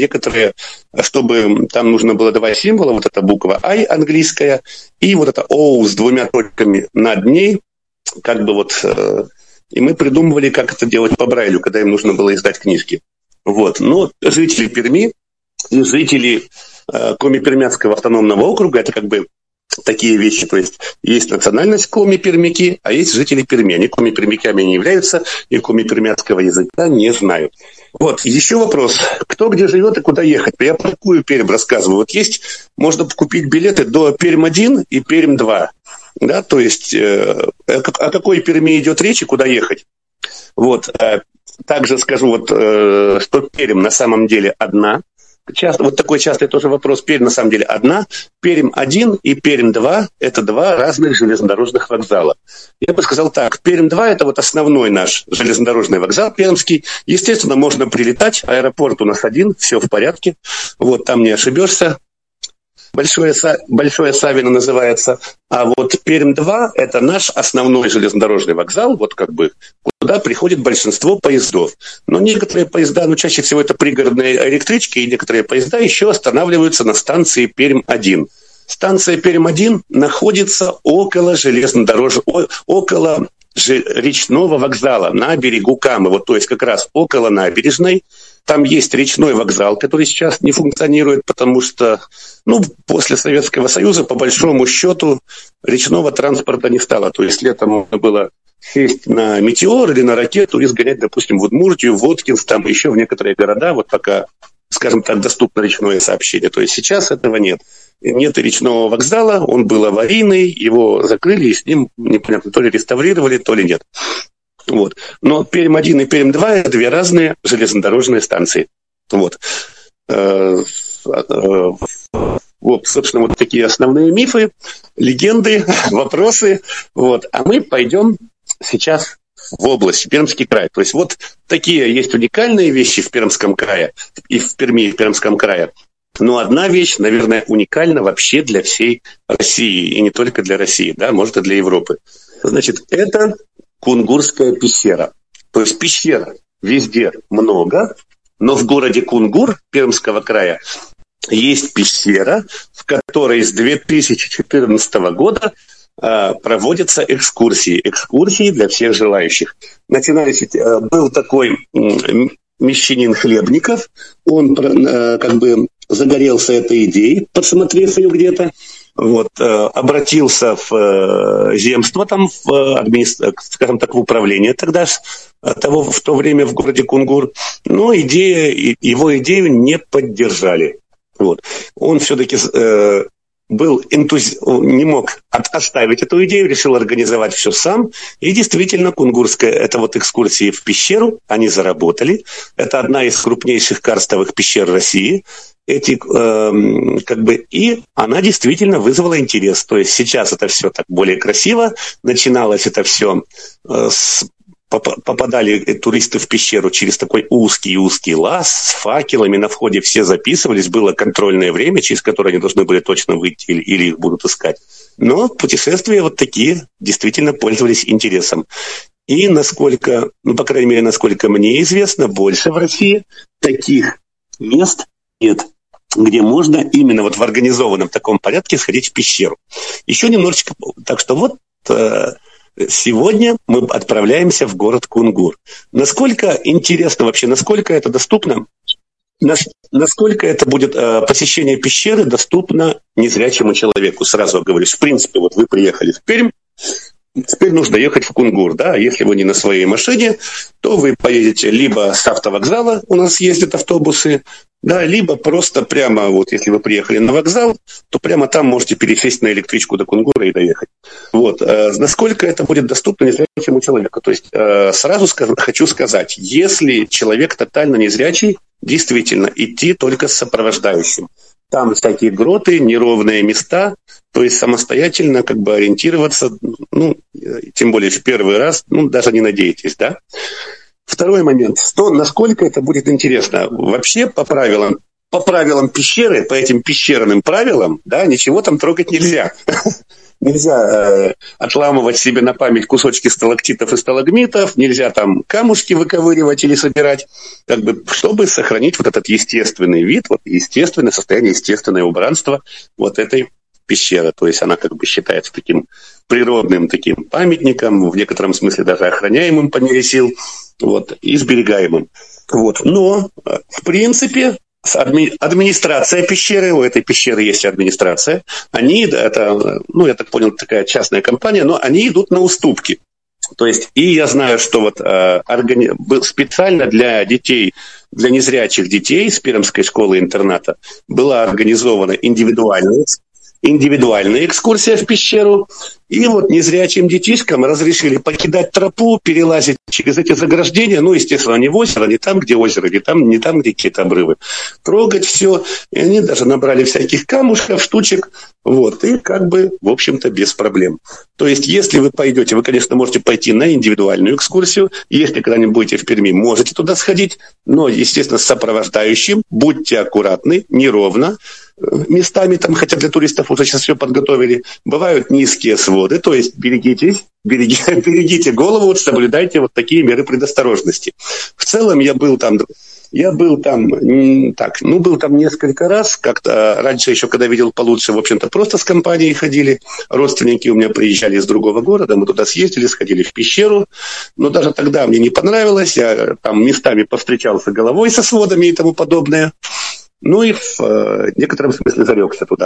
чтобы там нужно было давать символы, вот эта буква «I» английская, и вот это «O» с двумя точками над ней, как бы вот, и мы придумывали, как это делать по Брайлю, когда им нужно было издать книжки. Вот, но жители Перми и жители Коми-Пермяцкого автономного округа, это как бы такие вещи, то есть национальность коми-пермяки, а есть жители Перми. Они коми-пермяками не являются, и коми-пермяцкого языка не знают. Вот, еще вопрос. Кто где живет и куда ехать? Я про какую Пермь рассказываю. Вот можно купить билеты до Пермь-1 и Пермь-2. Да, то есть о какой Перми идет речь и куда ехать? Вот, также скажу, что Пермь на самом деле одна. Вот такой частый тоже вопрос. Пермь на самом деле одна. Пермь-1 и Пермь-2 – это два разных железнодорожных вокзала. Я бы сказал так. Пермь-2 – это вот основной наш железнодорожный вокзал пермский. Естественно, можно прилетать. Аэропорт у нас один, все в порядке. Вот там не ошибешься. Большое Савино называется. А вот Пермь-2 – это наш основной железнодорожный вокзал, вот как бы куда приходит большинство поездов. Но некоторые поезда, чаще всего это пригородные электрички, и некоторые поезда еще останавливаются на станции Пермь-1. Станция Пермь-1 находится около речного вокзала на берегу Камы, вот, то есть как раз около набережной. Там есть речной вокзал, который сейчас не функционирует, потому что после Советского Союза, по большому счету, речного транспорта не стало. То есть летом можно было сесть на метеор или на ракету и сгонять, допустим, в Удмуртию, в Воткинск, там еще в некоторые города, вот пока, скажем так, доступно речное сообщение. То есть сейчас этого нет. Нет и речного вокзала, он был аварийный, его закрыли, и с ним непонятно, то ли реставрировали, то ли нет. Вот. Но Пермь-1 и Пермь-2 – это две разные железнодорожные станции. Вот. Вот, собственно, вот такие основные мифы, легенды, вопросы. Вот. А мы пойдем сейчас в область, в Пермский край. То есть вот такие есть уникальные вещи в Пермском крае, и в Перми, и в Пермском крае. Но одна вещь, наверное, уникальна вообще для всей России, и не только для России, да, может и для Европы. Значит, это Кунгурская пещера. То есть пещер везде много, но в городе Кунгур Пермского края есть пещера, в которой с 2014 года проводятся экскурсии для всех желающих. Начинались, был такой мещанин Хлебников, он как бы загорелся этой идеей, подсмотрев ее где-то, вот, обратился в земство, там, скажем так, в управление тогда, в то время в городе Кунгур, но его идею не поддержали. Вот. Он все-таки не мог оставить эту идею, решил организовать все сам. И действительно, Кунгурская, это вот экскурсии в пещеру, они заработали. Это одна из крупнейших карстовых пещер России. И она действительно вызвала интерес. То есть сейчас это все так более красиво. Начиналось это все попадали туристы в пещеру через такой узкий лаз с факелами. На входе все записывались. Было контрольное время, через которое они должны были точно выйти или их будут искать. Но путешествия вот такие действительно пользовались интересом. И насколько, по крайней мере, насколько мне известно, больше в России таких мест нет, где можно именно вот в организованном таком порядке сходить в пещеру. Еще немножечко. Так что вот сегодня мы отправляемся в город Кунгур. Насколько интересно вообще, насколько это доступно, насколько это будет посещение пещеры доступно незрячему человеку? Сразу говорю, в принципе, вот вы приехали в Пермь, теперь нужно ехать в Кунгур, да, если вы не на своей машине, то вы поедете либо с автовокзала, у нас ездят автобусы, да, либо просто прямо, вот если вы приехали на вокзал, то прямо там можете пересесть на электричку до Кунгура и доехать. Вот. Насколько это будет доступно незрячему человеку? То есть сразу хочу сказать, если человек тотально незрячий, действительно, идти только с сопровождающим. Там всякие гроты, неровные места, то есть самостоятельно как бы ориентироваться, тем более в первый раз, даже не надейтесь, да. Второй момент, насколько это будет интересно. Вообще по правилам пещеры, по этим пещерным правилам, да, ничего там трогать нельзя. Нельзя отламывать себе на память кусочки сталактитов и сталагмитов, нельзя там камушки выковыривать или собирать, как бы, чтобы сохранить вот этот естественный вид, вот естественное состояние, естественное убранство вот этой пещеры. То есть она как бы считается таким природным таким памятником, в некотором смысле даже охраняемым по мере сил, вот, и сберегаемым. Вот. Но, в принципе, администрация пещеры, у этой пещеры есть администрация, я так понял, такая частная компания, но они идут на уступки. То есть, и я знаю, что вот специально для детей, для незрячих детей с Пермской школы-интерната была организована индивидуальная экскурсия в пещеру. И вот незрячим детишкам разрешили покидать тропу, перелазить через эти заграждения. Естественно, не в озеро, не там, где озеро, не там, где какие-то обрывы. Трогать все. И они даже набрали всяких камушков, штучек. Вот. И как бы, в общем-то, без проблем. То есть, если вы пойдете, вы, конечно, можете пойти на индивидуальную экскурсию. Если когда-нибудь будете в Перми, можете туда сходить. Но, естественно, с сопровождающим. Будьте аккуратны, неровно. Местами там, хотя для туристов уже сейчас все подготовили, бывают низкие своды, то есть берегите голову, соблюдайте вот такие меры предосторожности. В целом я был там несколько раз, как-то раньше еще, когда видел получше, в общем-то, просто с компанией ходили, родственники у меня приезжали из другого города, мы туда съездили, сходили в пещеру, но даже тогда мне не понравилось, я там местами повстречался головой со сводами и тому подобное. И в некотором смысле зарекся туда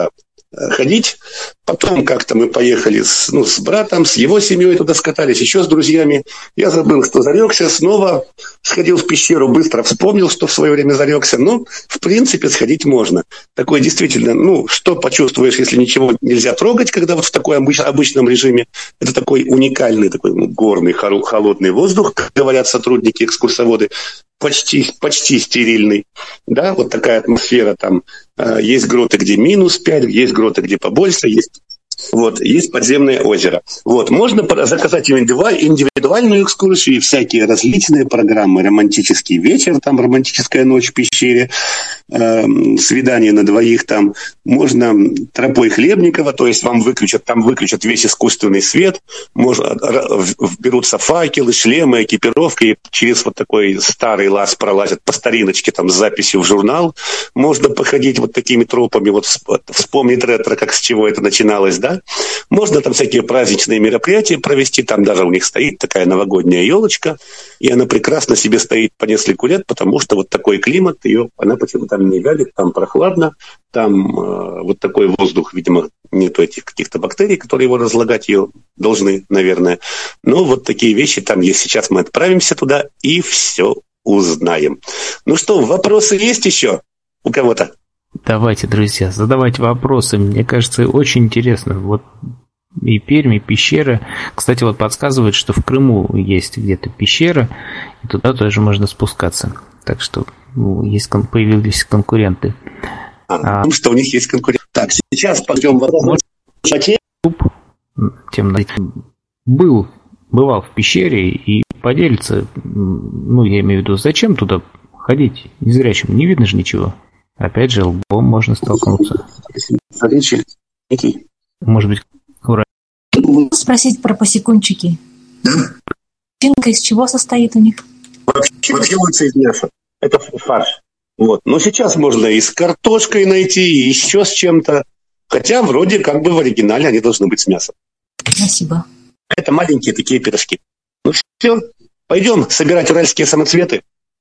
ходить. Потом как-то мы поехали с братом, с его семьей туда скатались, еще с друзьями. Я забыл, что зарекся, снова сходил в пещеру, быстро вспомнил, что в свое время зарекся. Но, в принципе, сходить можно. Такое действительно, что почувствуешь, если ничего нельзя трогать, когда вот в такой обычном режиме. Это такой уникальный, такой горный, холодный воздух, как говорят сотрудники, экскурсоводы. Почти стерильный, да, вот такая атмосфера там. Есть гроты, где -5, есть гроты, где побольше, есть подземное озеро. Можно заказать индивидуальную экскурсию и всякие различные программы. Романтический вечер, там романтическая ночь в пещере, свидание на двоих там. Можно тропой Хлебникова, то есть вам выключат весь искусственный свет, берутся факелы, шлемы, экипировка, и через вот такой старый лаз пролазят по стариночке там с записью в журнал. Можно походить вот такими тропами, вспомнить ретро, как с чего это начиналось, да? Можно там всякие праздничные мероприятия провести, там даже у них стоит такая новогодняя елочка, и она прекрасно себе стоит по несколько лет, потому что вот такой климат, она почему-то там не вялит, там прохладно, там вот такой воздух, видимо, нету этих каких-то бактерий, которые его разлагать ее должны, наверное. Но вот такие вещи там есть. Сейчас мы отправимся туда и все узнаем. Ну что, вопросы есть еще у кого-то? Давайте, друзья, задавайте вопросы. Мне кажется, очень интересно. Вот и Пермь, и пещера. Кстати, вот подсказывают, что в Крыму есть где-то пещера, и туда тоже можно спускаться. Так что появились конкуренты. Потому что у них есть конкуренты. Так, сейчас пойдем в бывал в пещере и поделится, я имею в виду, зачем туда ходить незрячим? Не видно же ничего. Опять же, лбом можно столкнуться. Может быть, спросить про посекунчики. Да? Печенка из чего состоит у них? Вообще лучше из мяса. Это фарш. Но сейчас можно и с картошкой найти, и еще с чем-то. Хотя вроде как бы в оригинале они должны быть с мясом. Спасибо. Это маленькие такие пирожки. Все, пойдем собирать уральские самоцветы.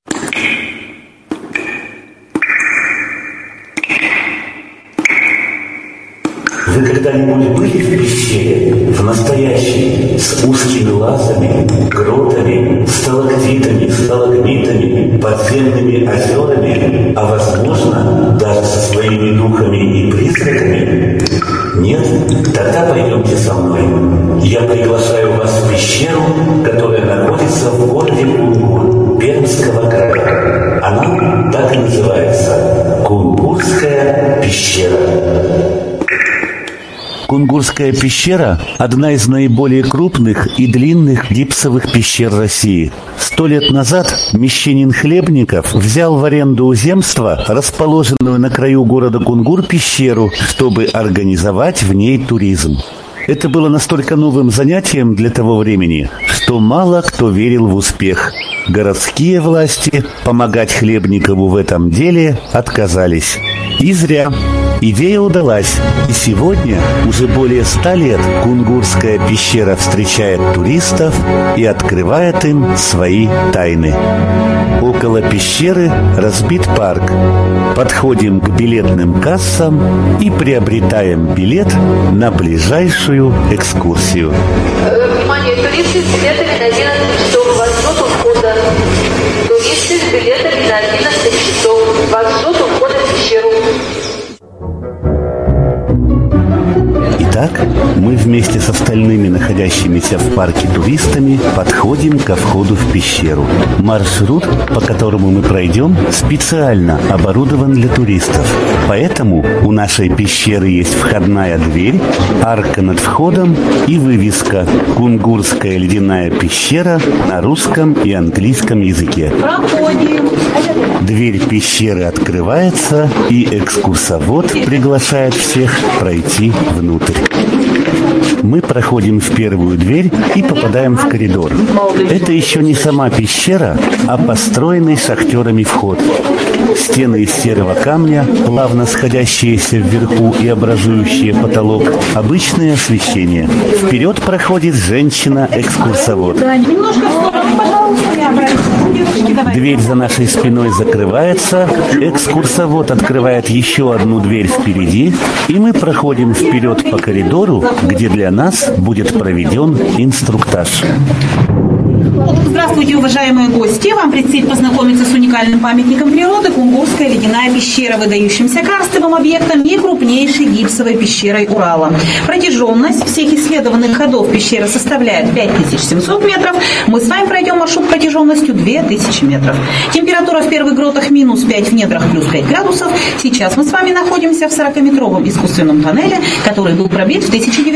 Вы когда-нибудь были в пещере, в настоящей, с узкими лазами, гротами, сталактитами, сталагмитами, подземными озерами, а возможно, даже со своими духами и призраками? Нет? Тогда пойдемте со мной. Я приглашаю вас в пещеру, которая находится в городе Кунгур, Пермского края. Она так и называется – Кунгурская пещера. Кунгурская пещера – одна из наиболее крупных и длинных гипсовых пещер России. 100 лет назад мещанин Хлебников взял в аренду у земства расположенную на краю города Кунгур пещеру, чтобы организовать в ней туризм. Это было настолько новым занятием для того времени, что мало кто верил в успех. Городские власти помогать Хлебникову в этом деле отказались. И зря. Идея удалась, и сегодня, уже более 100 лет, Кунгурская пещера встречает туристов и открывает им свои тайны. Около пещеры разбит парк. Подходим к билетным кассам и приобретаем билет на ближайшую экскурсию. Внимание, туристы с билетами на 11 часов, вас ждут у входа. Туристы с билетами на 11 часов, вас ждут у входа в пещеру. Итак, мы вместе с остальными находящимися в парке туристами подходим ко входу в пещеру. Маршрут, по которому мы пройдем, специально оборудован для туристов. Поэтому у нашей пещеры есть входная дверь, арка над входом и вывеска «Кунгурская ледяная пещера» на русском и английском языке. Проходим. Дверь пещеры открывается, и экскурсовод приглашает всех пройти внутрь. Мы проходим в первую дверь и попадаем в коридор. Это еще не сама пещера, а построенный шахтерами вход. Стены из серого камня, плавно сходящиеся вверху и образующие потолок, обычное освещение. Вперед проходит женщина-экскурсовод. Немножко в сторону, пожалуйста, не обращайтесь. Дверь за нашей спиной закрывается, экскурсовод открывает еще одну дверь впереди, и мы проходим вперед по коридору, где для нас будет проведен инструктаж. Здравствуйте, уважаемые гости! Вам предстоит познакомиться с уникальным памятником природы Кунгурская ледяная пещера, выдающимся карстовым объектом и крупнейшей гипсовой пещерой Урала. Протяженность всех исследованных ходов пещеры составляет 5700 метров. Мы с вами пройдем маршрут протяженностью 2000 метров. Температура в первых гротах минус 5, в недрах плюс 5 градусов. Сейчас мы с вами находимся в 40-метровом искусственном тоннеле, который был пробит в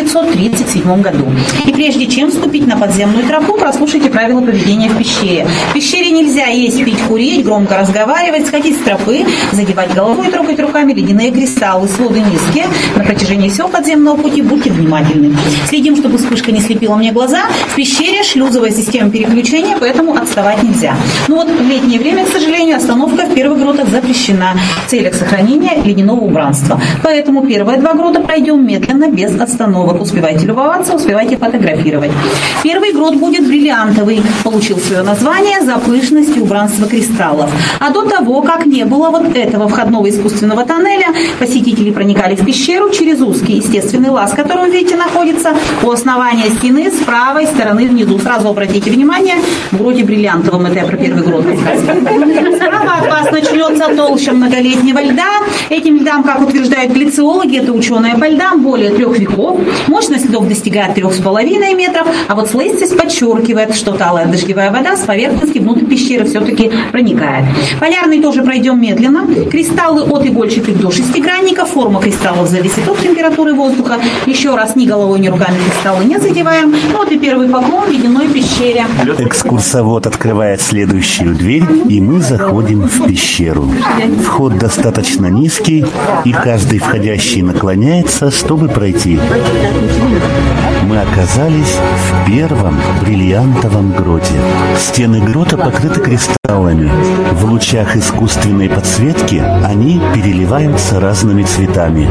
1937 году. И прежде чем вступить на подземную тропу, прослушайте правила поведения в пещере. В пещере нельзя есть, пить, курить, громко разговаривать, сходить с тропы, задевать головой, трогать руками ледяные кристаллы. Своды низкие. На протяжении всего подземного пути будьте внимательны. Следим, чтобы вспышка не слепила мне глаза. В пещере шлюзовая система переключения, поэтому отставать нельзя. Но вот в летнее время, к сожалению, остановка в первых гротах запрещена в целях сохранения ледяного убранства. Поэтому первые 2 грота пройдем медленно, без остановок. Успевайте любоваться, успевайте фотографировать. Первый грот будет бриллиантовый. Получил свое название за пышность и убранство кристаллов. А до того, как не было вот этого входного искусственного тоннеля, посетители проникали в пещеру через узкий естественный лаз, который, вы видите, находится у основания стены с правой стороны внизу. Сразу обратите внимание, в гроте бриллиантовом, это я про первый грот рассказываю. Справа от вас начнется толща многолетнего льда. Этим льдам, как утверждают глициологи, это ученые по льдам, более 3 веков. Мощность льдов достигает 3,5 метров, а вот слоистость подчеркивает, что талая дождевая вода с поверхности внутрь пещеры все-таки проникает. Полярный тоже пройдем медленно. Кристаллы от игольчатых до шестигранников. Форма кристаллов зависит от температуры воздуха. Еще раз, ни головой, ни руками кристаллы не задеваем. Вот и первый поклон в ледяной пещере. Экскурсовод открывает следующую дверь, и мы заходим в пещеру. Вход достаточно низкий, и каждый входящий наклоняется, чтобы пройти. Мы оказались в первом бриллиантовом гроте. Стены грота покрыты кристаллами. В лучах искусственной подсветки они переливаются разными цветами.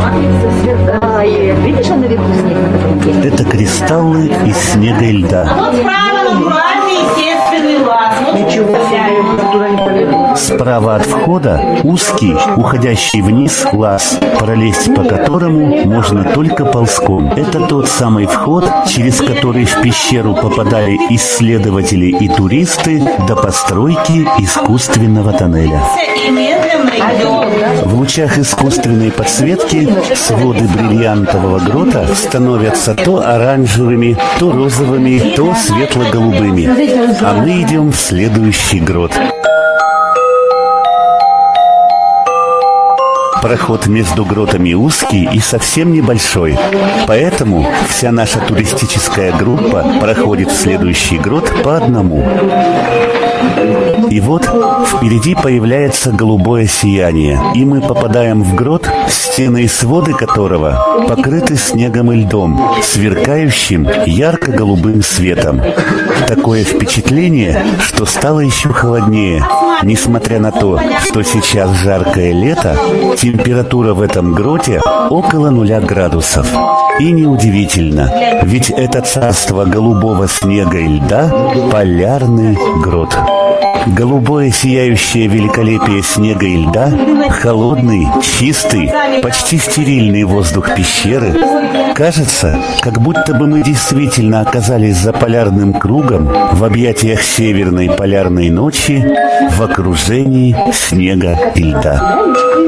Это кристаллы из снега и льда. Справа от входа узкий, уходящий вниз лаз, пролезть по которому можно только ползком. Это тот самый вход, через который в пещеру попадали исследователи и туристы до постройки искусственного тоннеля. В лучах искусственной подсветки своды бриллиантового грота становятся то оранжевыми, то розовыми, то светло-голубыми. А мы идем в следующий грот. Проход между гротами узкий и совсем небольшой, поэтому вся наша туристическая группа проходит в следующий грот по одному. И вот впереди появляется голубое сияние, и мы попадаем в грот, стены и своды которого покрыты снегом и льдом, сверкающим ярко-голубым светом. Такое впечатление, что стало еще холоднее. Несмотря на то, что сейчас жаркое лето, температура в этом гроте около 0 градусов. И неудивительно, ведь это царство голубого снега и льда – полярный грот. Голубое сияющее великолепие снега и льда, холодный, чистый, почти стерильный воздух пещеры. Кажется, как будто бы мы действительно оказались за полярным кругом в объятиях северной полярной ночи в окружении снега и льда.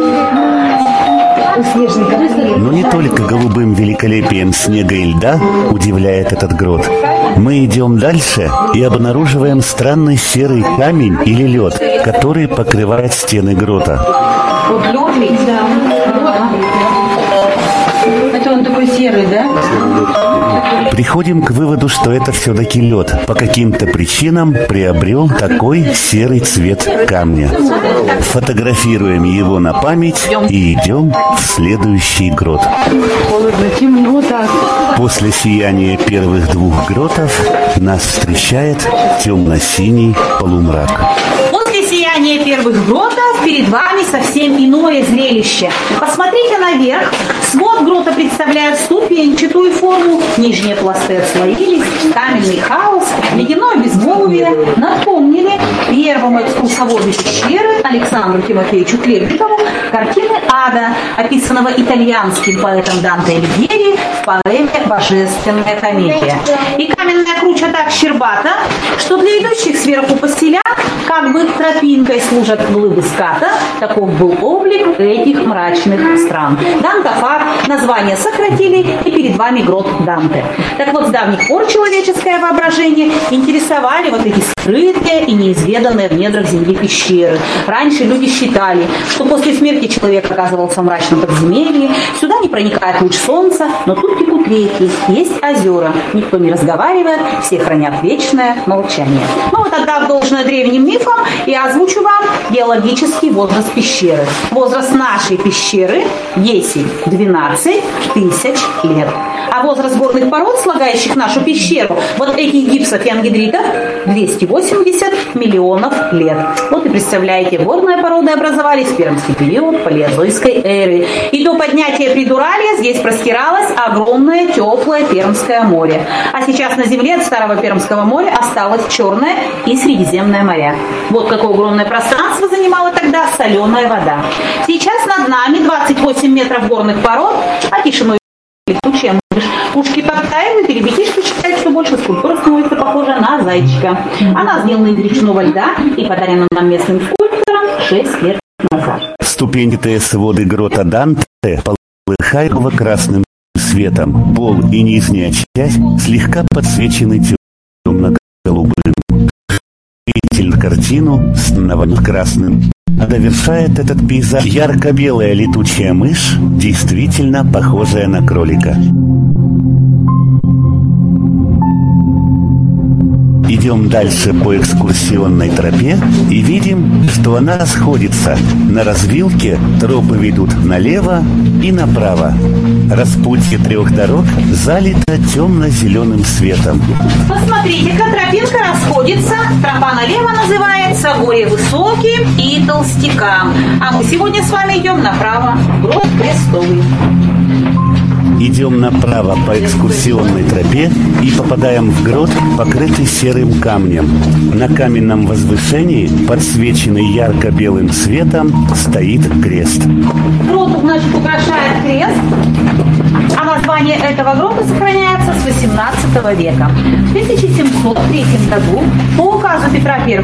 Но не только голубым великолепием снега и льда удивляет этот грот. Мы идем дальше и обнаруживаем странный серый камень или лед, который покрывает стены грота. Это он такой серый, да? Приходим к выводу, что это все-таки лед. По каким-то причинам приобрел такой серый цвет камня. Фотографируем его на память и идем в следующий грот. После сияния первых 2 гротов нас встречает темно-синий полумрак. изваяния первых гротов перед вами совсем иное зрелище. Посмотрите наверх. Свод грота представляет ступенчатую форму, нижние пласты отслоились, каменный хаос, ледяное безмолвие напомнили первому экскурсоводу пещеры Александру Тимофеевичу Хлебникову картины ада, описанного итальянским поэтом Данте Алигьери в поэме «Божественная комедия». И каменная круча так щербата, что для идущих сверху поселян как бы тропинкой служат глыбы ската. Таков был облик этих мрачных стран. Дантофаг, название сократили, и перед вами грот Данте. Так вот, с давних пор человеческое воображение интересовали вот эти скрытые и неизведанные в недрах земли пещеры. Раньше люди считали, что после смерти человек оказывался в мрачном подземелье, сюда не проникает луч солнца, но тут текут реки, есть озера, никто не разговаривает, все хранят вечное молчание. Ну вот отдав должное древним мифам, я озвучу вам геологический возраст пещеры. Возраст нашей пещеры 10-12 тысяч лет. А возраст горных пород, слагающих нашу пещеру, вот этих гипсов и ангидритов, 280 миллионов лет. Вот и представляете, горные породы образовались в пермский период палеозойской эры. И до поднятия Придуралья здесь простиралось огромное теплое Пермское море. А сейчас на земле от старого Пермского моря осталось Черное и Средиземное моря. Вот какое огромное пространство занимала тогда соленая вода. Сейчас над нами 28 метров горных пород, а тишиной летучая мышь. Ушки подтаивают, и ребятишки считают, что больше скульптура становится похожа на зайчика. Она сделана из речного льда и подарена нам местным скульптором 6 лет назад. Ступенчатые своды грота Данте полыхают красным светом. Пол и нижняя часть слегка подсвечены темно-голубым. Зритель картину с красным. А довершает этот пейзаж ярко-белая летучая мышь, действительно похожая на кролика. Идем дальше по экскурсионной тропе и видим, что она сходится. На развилке тропы ведут налево и направо. Распутье 3 дорог залито темно-зеленым светом. Посмотрите-ка, тропинка расходится. Тропа налево называется «Горе высоким и толстякам». А мы сегодня с вами идем направо, в грот Крестовый. Идем направо по экскурсионной тропе и попадаем в грот, покрытый серым камнем. На каменном возвышении, подсвеченный ярко-белым светом, стоит крест. Грот, значит, украшает крест, а название этого грота сохраняется с 18 века. В 1703 году по указу Петра I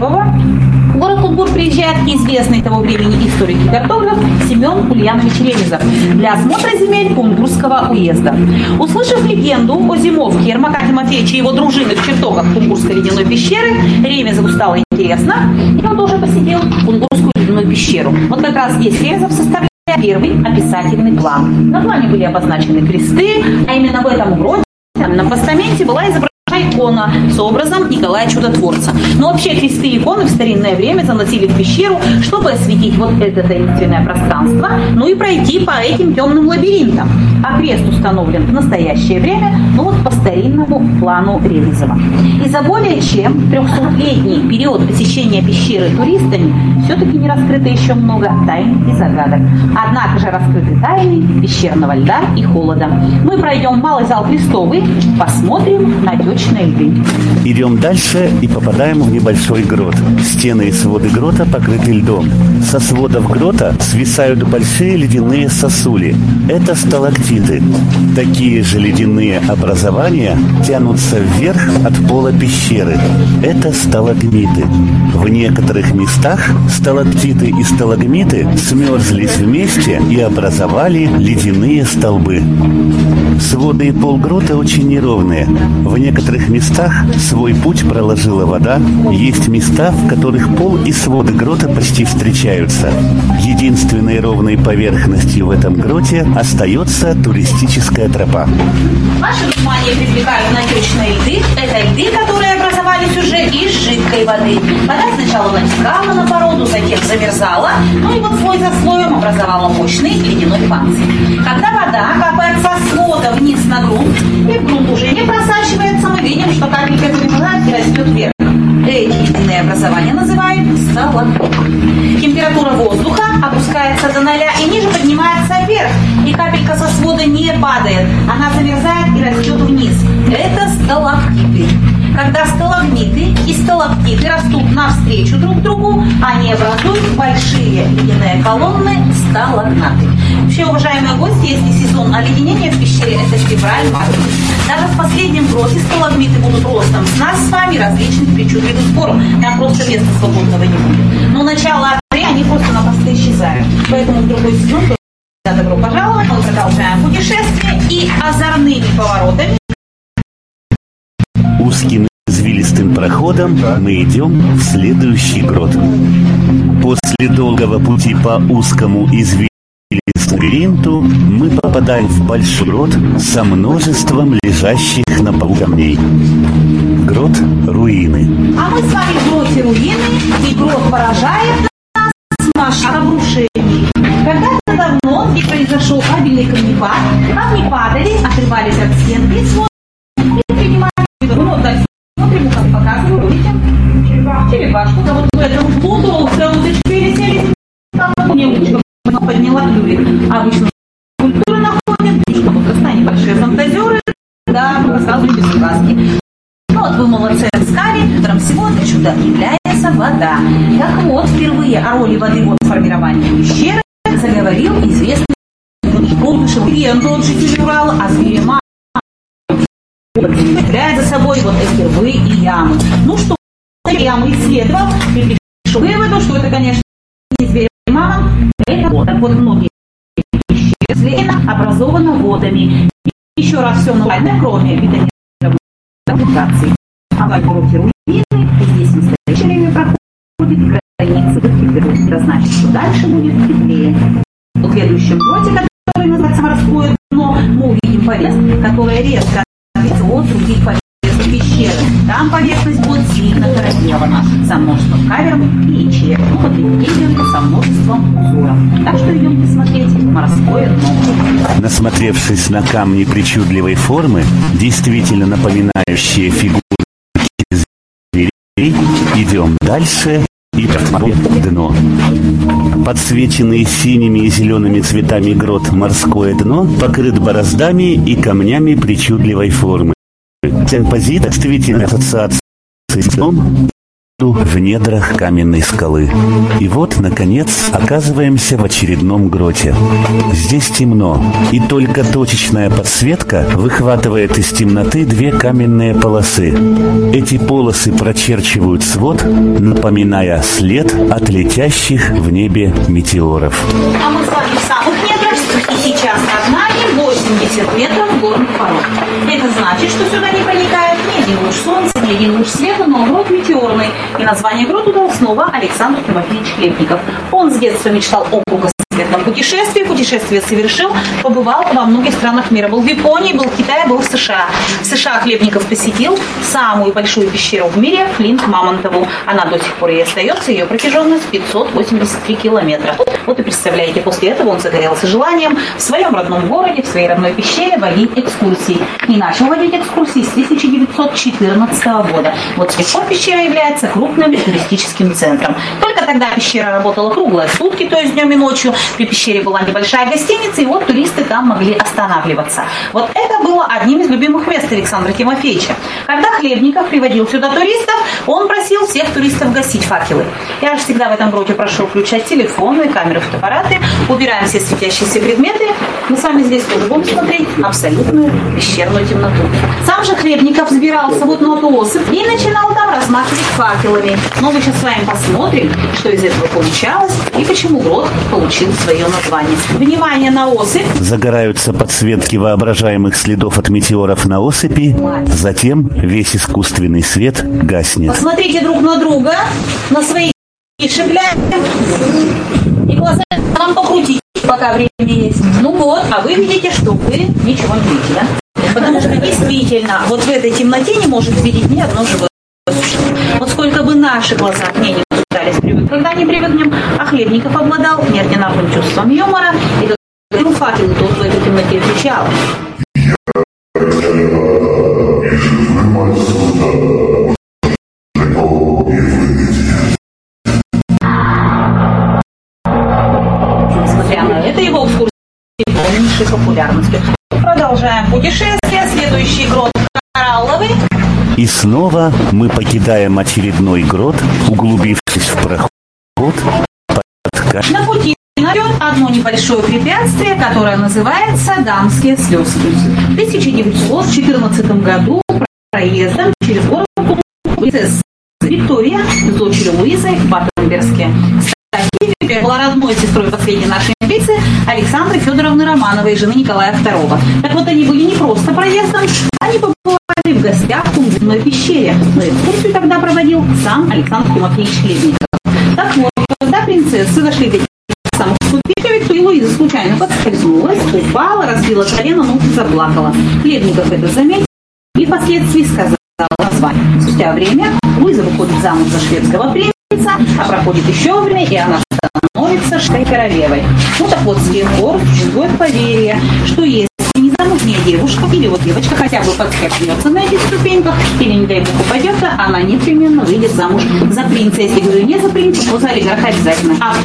в город Кунгур приезжает известный того времени историк и картограф Семен Ульянович Ремезов для осмотра земель Кунгурского уезда. Услышав легенду о зимовке Ермака Тимофеевича и его дружины в чертогах Кунгурской ледяной пещеры, Ремезову стало интересно, и он тоже посетил Кунгурскую ледяную пещеру. Вот как раз здесь Ремезов составляет первый описательный план. На плане были обозначены кресты, а именно в этом гроте на постаменте была изображена икона с образом Николая Чудотворца. Но вообще кресты и иконы в старинное время заносили в пещеру, чтобы осветить вот это таинственное пространство, ну и пройти по этим темным лабиринтам. А крест установлен в настоящее время, ну вот по старинному плану Ремезова. И за более чем 300-летний период посещения пещеры туристами все-таки не раскрыто еще много тайн и загадок. Однако же раскрыты тайны пещерного льда и холода. Мы пройдем в малый зал Крестовый, посмотрим на отечные льды. Идем дальше и попадаем в небольшой грот. Стены и своды грота покрыты льдом. Со сводов грота свисают большие ледяные сосули. Это сталактиты. Такие же ледяные образования тянутся вверх от пола пещеры. Это сталагмиты. В некоторых местах сталактиты и сталагмиты смерзлись вместе и образовали ледяные столбы. Своды и пол грота очень неровные. В некоторых местах свой путь проложила вода. Есть места, в которых пол и своды грота почти встречаются. Единственной ровной поверхностью в этом гроте остается туристическая тропа. Ваше внимание привлекают натечные льды. Это льды, которые образовались уже из жидкой воды. Вода сначала натекала на породу, затем замерзала, ну и вот слой за слоем образовала мощный ледяной панцирь. Когда вода капает со свода вниз на грунт, и в грунт уже не просачивается, мы видим, что капелька замерзает и растет вверх. Эти ледяные специальное образование называют сталагмит. Температура воздуха опускается до 0 и ниже поднимается вверх, и капелька со свода не падает, она замерзает и растет вниз. Это сталактиты. Когда сталагмиты и сталактиты растут навстречу друг другу, они образуют большие ледяные колонны сталагнаты. Вообще, уважаемые гости, если сезон оледенения в пещере, это февраль-март. Даже в последнем гроте сталагмиты будут ростом с нас с вами различных причудливых форм. Там просто места свободного не будет. Но начало апреля они просто-напросто исчезают. Поэтому в другой сезон добро пожаловать. Мы продолжаем путешествие и озорными поворотами. Узким извилистым проходом мы идем в следующий грот. После долгого пути по узкому извилистому лабиринту мы попадаем в большой грот со множеством лежащих на полу камней. Грот руины. А мы с вами в гроте руины, и грот поражает нас масштабом обрушений. Когда-то давно здесь произошел кабельный камнепад, камни падали, отрывались от стенки и свода, и принимали грот. Смотрим, как показываю, видите? Черепашку. Да вот в этом углу уточки летели, мне уточка подняла клювик. Обычно культуры находят, вот красные небольшие фантазеры, да, рассказывают без сказки. Ну вот вы молодцы, искали, утром всего для чуда является вода. Так вот, впервые о роли воды в формировании пещеры заговорил известный тот житель Урала, а зверема являет за собой вот эти рвы и ямы. Ну что, ямы исследовал, и пришел к выводу, что это, конечно, не зверема, это вот. Так вот, многие пещеры образованы водами. Еще раз все нормально, кроме витаминов мутации. А в гроте руины здесь в настоящее время проходит границы температуры. Это значит, что дальше будет теплее. В следующем гроте, который называется морское дно, мы увидим поверхность, которая резко отличается от других поверхностей пещеры. Там поверхность будет сильно коррозирована со множеством каверн и ячеек, под рельефом со множеством узоров. Так что идем посмотреть морское дно. Насмотревшись на камни причудливой формы, действительно напоминающие фигурки зверей, идем дальше и посмотрим дно. Подсвеченный синими и зелеными цветами грот морское дно покрыт бороздами и камнями причудливой формы. Композиция действительно ассоциация с дном в недрах каменной скалы. И вот, наконец, оказываемся в очередном гроте. Здесь темно, и только точечная подсветка выхватывает из темноты две каменные полосы. Эти полосы прочерчивают свод, напоминая след от летящих в небе метеоров. А мы с вами в самых недрах, и сейчас над нами 80 метров горных пород. Это значит, что сюда не проникает ни один луч солнца, ни один луч света, но грот метеорный. И название гроту дал снова Александр Тимофеевич Хлебников. Он с детства мечтал о кругосветном путешествии. Путешествие совершил, побывал во многих странах мира. Был в Японии, был в Китае, был в США. В США Хлебников посетил самую большую пещеру в мире, Флинт-Мамонтову. Она до сих пор и остается, ее протяженность 583 километра. Вот и представляете, после этого он загорелся желанием в своем родном городе, в своей родной пещере водить экскурсии. И начал водить экскурсии с 1914 года. Вот с тех пор пещера является крупным туристическим центром. Только тогда пещера работала круглые сутки, то есть днем и ночью. При пещере была небольшая гостиница, и вот туристы там могли останавливаться. Вот это было одним из любимых мест Александра Тимофеевича. Когда Хлебников приводил сюда туристов, он просил всех туристов гасить факелы. Я же всегда в этом гроте прошу включать телефоны, камеры, фотоаппараты, убираем все светящиеся предметы. Мы с вами здесь тоже будем смотреть абсолютную пещерную темноту. Сам же Хлебников взбирался вот на эту осыпь и начинал там размахивать факелами. Но мы сейчас с вами посмотрим, что из этого получалось и почему грот получил свое название. Внимание на осыпь. Загораются подсветки воображаемых следов от метеоров на осыпи, затем весь искусственный свет гаснет. Посмотрите друг на друга, на свои шибляем и глаза вам покрутите, пока время есть. Ну вот, а вы видите, что вы ничего не видите, да? Потому что действительно, вот в этой темноте не может видеть ни одно живое существо. Вот сколько бы наши глаза к ней не пытались привыкнуть, когда не привыкнем, а Хлебников обладал неординарным чувством юмора, и как факел тот в этой темноте отвечал. Я и живым отсюда, никого не вынес. это его экскурсия полнейшей популярностью. Продолжаем путешествие. Следующий грот Коралловый. И снова мы покидаем очередной грот, углубившись в проход. На пути найдет одно небольшое препятствие, которое называется Дамские слезки. В 1914 году проездом через город принцесса Виктория с дочерью Луизой в Баттенбергске. Кстати, была родной сестрой последней нашей императрицы Александры Федоровны Романовой, жены Николая II. Так вот, они были не просто проездом, они побывали в гостях в Кунгурской пещере. Но экскурсию тогда проводил сам Александр Тимофеевич Хлебников. Так вот, когда принцессы зашли до самых ступенек, то и Луиза случайно подскользнулась, упала, разбила колено, ну и заплакала. Хлебников это заметил и впоследствии сказал название. Спустя время Луиза выходит замуж за шведского принца, а проходит еще время, и она становится шведской королевой. Ну так вот, с тех пор существует поверье, что если незамужняя девушка или вот девочка хотя бы подскользнется на этих ступеньках, или, не дай бог, упадет, она непременно выйдет замуж за принца. Если говорю не за принца, то за олигарха обязательно. А в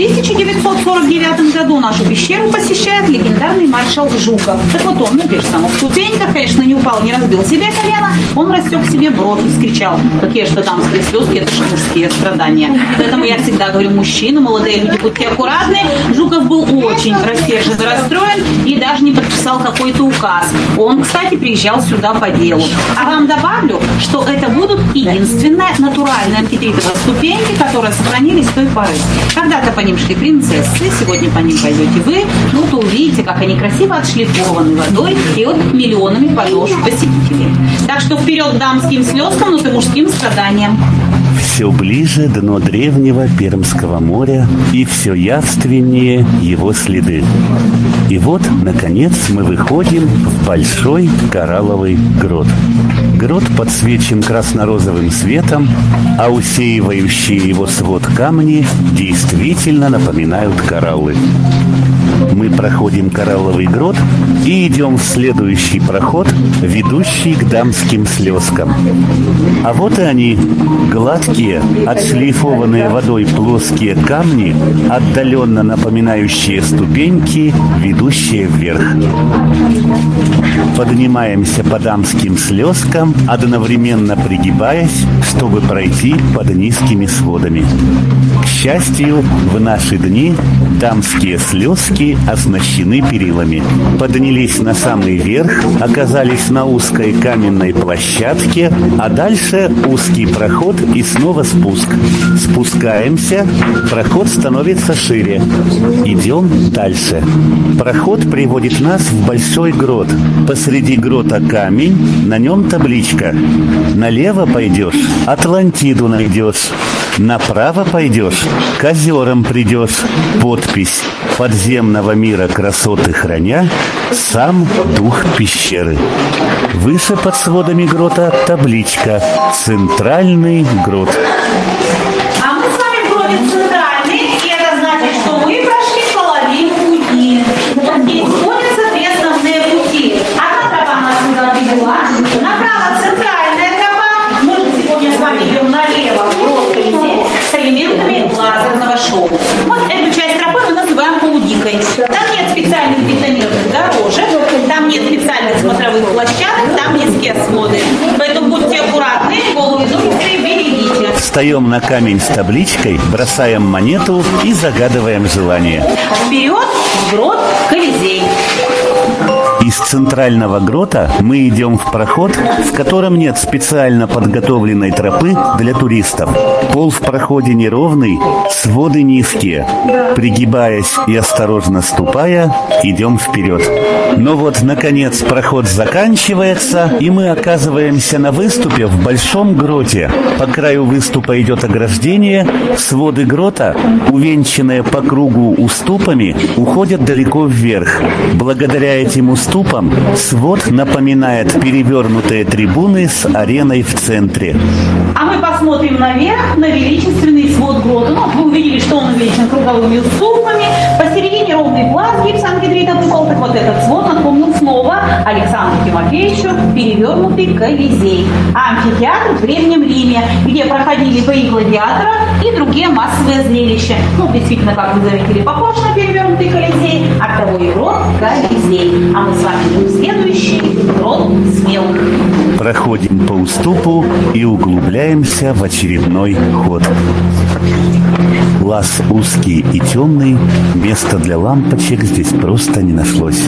1949 году нашу пещеру посещает легендарный маршал Жуков. Так вот он на тех же самых ступеньках, конечно, не упал, не разбил себе колено, он растек себе бровь и вскричал: какие же дамские слезки, это же мужские страдания. Поэтому я всегда говорю: мужчины, молодые люди, будьте аккуратны. Жуков был очень рассержен и расстроен и даже не подписал какой-то указ. Он, кстати, приезжал сюда по делу. А вам добавлю, что это будут единственные натуральные амфитритовые ступеньки, которые сохранились с той поры. Когда-то по ним шли принцессы, сегодня по ним пойдете вы, ну то увидите, как они красиво отшлифованы водой и вот миллионами подошв посетителей. Так что вперед к дамским слезкам, но и мужским страданиям. Все ближе дно древнего Пермского моря, и все явственнее его следы. И вот, наконец, мы выходим в большой коралловый грот. Грот подсвечен красно-розовым светом, а усеивающие его свод камни действительно напоминают кораллы. Мы проходим коралловый грот и идем в следующий проход, ведущий к дамским слезкам. А вот и они, гладкие, отшлифованные водой плоские камни, отдаленно напоминающие ступеньки, ведущие вверх. Поднимаемся по дамским слезкам, одновременно пригибаясь, чтобы пройти под низкими сводами. К счастью, в наши дни дамские слезки оснащены перилами. Поднялись на самый верх, оказались на узкой каменной площадке, а дальше узкий проход и снова спуск. Спускаемся, проход становится шире. Идем дальше. Проход приводит нас в большой грот. Посреди грота камень, на нем табличка. Налево пойдешь, Атлантиду найдешь. Направо пойдешь, к озерам придешь. Подпись: подземного мира красоты храня, сам дух пещеры. Выше под сводами грота табличка: центральный грот. А мы с вами в гроте центральный, и это значит, что мы прошли половину пути. Здесь сходятся две основные пути. Одна тропа нас сюда привела, направо центральная тропа. Мы же сегодня с вами идем налево в грот Колизей с элементами лазерного шоу. Вот эту часть тропы мы называем полудикой. Там нет специальных бетонированных дорожек, там нет специальных смотровых площадок, там низкие своды. Поэтому будьте аккуратны, голову изогнутые берегите. Встаем на камень с табличкой, бросаем монету и загадываем желание. Вперед в грот Колизей. Из центрального грота мы идем в проход, в котором нет специально подготовленной тропы для туристов. Пол в проходе неровный, своды низкие. Пригибаясь и осторожно ступая, идем вперед. Но вот, наконец, проход заканчивается, и мы оказываемся на выступе в большом гроте. По краю выступа идет ограждение, своды грота, увенчанные по кругу уступами, уходят далеко вверх. Благодаря этим уступам свод напоминает перевернутые трибуны с ареной в центре. А мы посмотрим наверх на величественный свод грота. Ну, вы увидели, что он увеличен круговыми уступами. Посередине ровный пласт гипсоанхидритовый купол. Так вот этот свод напомнил снова Александру Тимофеевичу перевернутый Колизей, амфитеатр в Древнем Риме, где проходили бои гладиаторов и другие массовые зрелища. Действительно, как вы заметили, похож на перевернутый Колизей, оттого и грот Колизей. А мы с вами идем следующий грот Смелых. Проходим по уступу и углубляемся в очередной ход. Лаз узкий и темный, места для лампочек здесь просто не нашлось.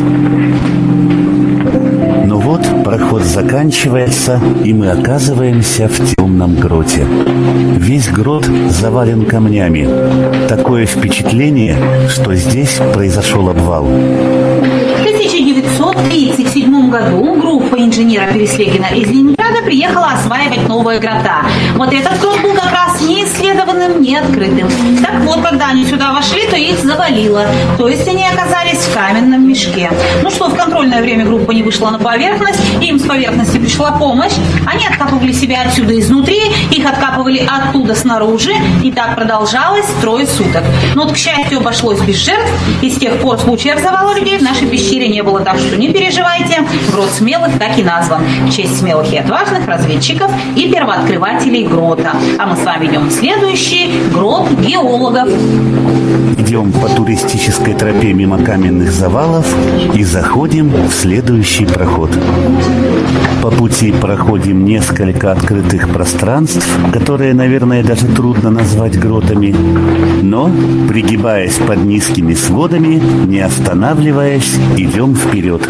Но вот проход заканчивается, и мы оказываемся в темном гроте. Весь грот завален камнями. Такое впечатление, что здесь произошел обвал. В 1937 году группа инженера Переслегина из Ленинграда приехала осваивать новые грота. Вот этот грот был как раз не исследованным, не открытым. Так вот, когда они сюда вошли, то их завалило. То есть они оказались в каменном мешке. В контрольное время группа не вышла на поверхность, им с поверхности пришла помощь. Они откапывали себя отсюда изнутри, их откапывали оттуда снаружи, и так продолжалось 3 суток. Но, к счастью, обошлось без жертв, и с тех пор случаев завала людей в нашей пещере не было, так что не переживайте. Грот Смелых так и назван в честь смелых и отважных разведчиков и первооткрывателей грота. А мы с вами идем в следующий грот геологов. Идем по туристической тропе мимо каменных завалов и заходим в следующий проход. По пути проходим несколько открытых пространств, которые, наверное, даже трудно назвать гротами, но, пригибаясь под низкими сводами, не останавливаясь, идем вперед.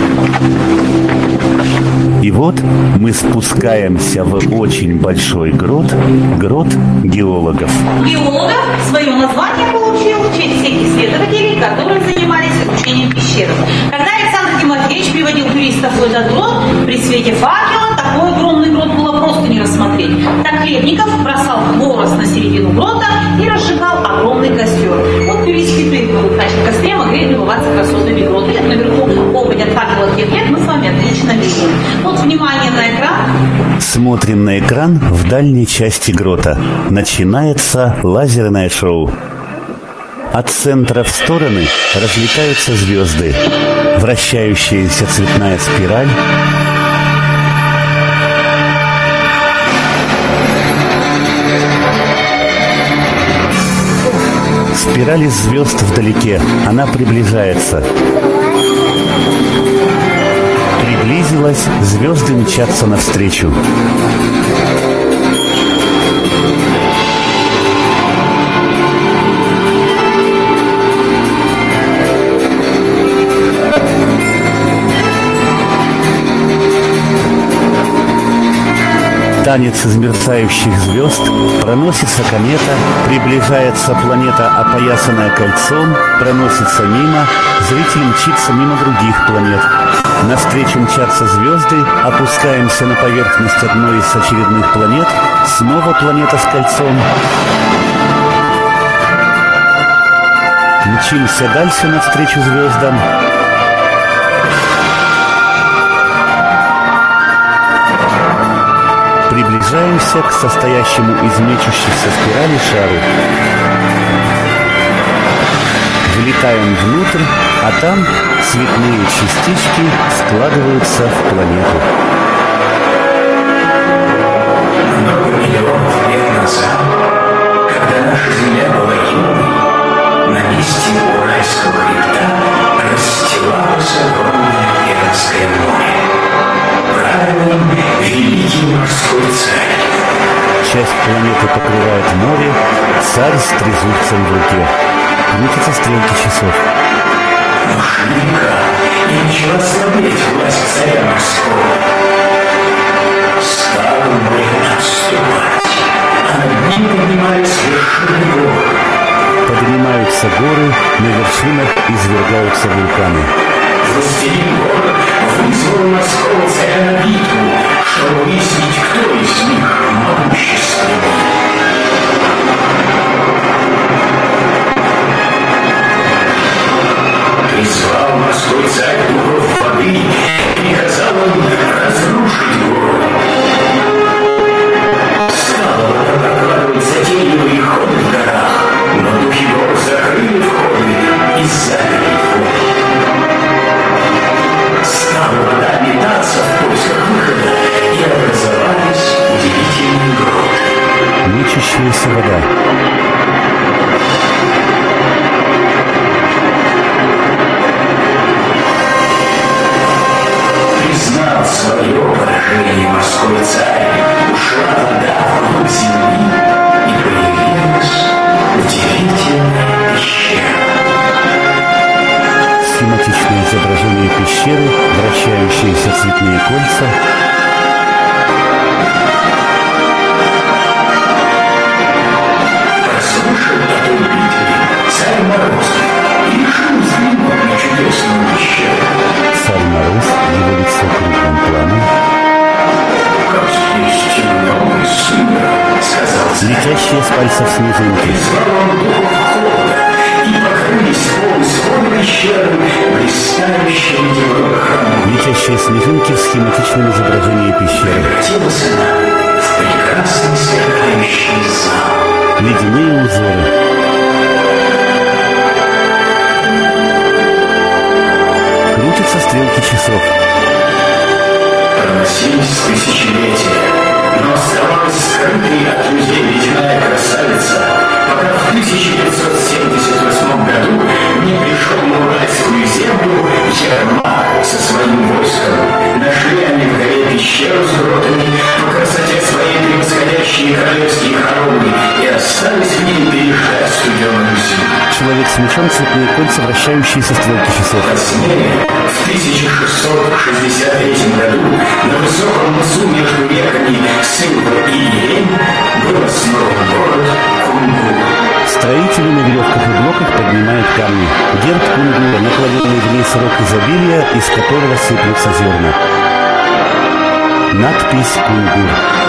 И вот мы спускаемся в очень большой грот, грот геологов. Геологов свое название получил в честь всех исследователей, которые занимались изучением пещеры. Когда Александр Тимофеевич приводил туристов в этот грот, при свете факела такой огромный грот было просто не рассмотреть. Так Хлебников бросал хворост на середину грота и разжигал огромный костер. Вот туристы в костре могли любоваться красотами грота. И наверху опыт от факела тех лет мы с вами отлично видим. Вот внимание на экран. Смотрим на экран в дальней части грота. Начинается лазерное шоу. От центра в стороны разлетаются звезды. Вращающаяся цветная спираль. Спираль из звезд вдалеке. Она приближается. Приблизилась, звезды мчатся навстречу. Танец из мерцающих звезд, проносится комета, приближается планета, опоясанная кольцом, проносится мимо, зритель мчится мимо других планет. Навстречу мчатся звезды, опускаемся на поверхность одной из очередных планет, снова планета с кольцом. Мчимся дальше навстречу звездам. Приближаемся к состоящему из мечущихся спиралей шару. Влетаем внутрь, а там цветные частички складываются в планету. Много миллионов лет назад, когда наша Земля была юной, на месте Уральского хребта расстилалось огромное Пермское море. Правил великий морской царь. Часть планеты покрывает море, царь с трезубцем в руке. Крутятся стрелки часов. Но шли века, и начала слабеть власть царя морского. Стало море отступать, а над ним поднимаются вершины гор. Поднимаются горы, на вершинах извергаются вулканы. Властелин гор вызвал морского царя на битву, чтобы выяснить, кто из них могущественнее. Призвал морской царь духов воды и приказал им разрушить гору. Стало прокладывать затейливые ходы в горах, но духи гор закрыли входы и заперли вход. Стала вода движении морской царь ушла вода вглубь земли и появилась удивительная пещера. Схематичное изображение пещеры, вращающиеся цветные кольца. Прослушал о той битве царь Мороз и решил взглянуть на чудесную пещеру. Царь Мороз, его лицо крупным планом. «Как здесь темно и сыро», — сказал царь. Летящие с пальцев снежинки. Призвал он духов холода, и покрылись полы свода пещеры блистающим деловым храмом. Летящие снежинки в схематичном изображении пещеры. Превратилась она в прекрасный сверкающий зал. Ледяные узоры. Крутятся стрелки часов. Проносились тысячелетия, но оставалась скрытой от людей ледяная красавица, пока в 1578 году не пришел на Уральскую землю Ермак со своим войском. Нашли они в горе пещеру с гротами, по красоте своей превосходящие королевские хоромы, и остались в ней переждать студеную зиму. Человек с мечом, цветные кольца, вращающиеся стрелки часов. Позднее, в 1663 году, на высоком мысу между реками Сылва и Ерень был основан город Кунгур. Строители на веревках и блоках поднимают камни. Герб Кунгура, накладенный в ней срок изобилия, из которого сыплются зерна. Надпись «Кунгур».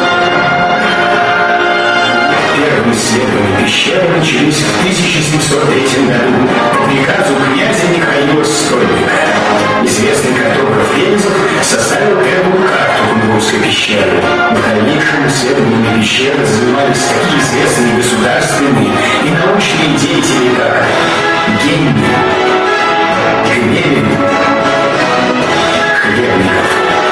Первые исследования пещеры начались в 1703 году по приказу князя Михаила Стольника. Известный картограф Ремезов составил первую карту Кунгурской пещеры. В дальнейшем исследованиями пещеры занимались такие известные государственные и научные деятели, как Генни, Гневин, Хлебников.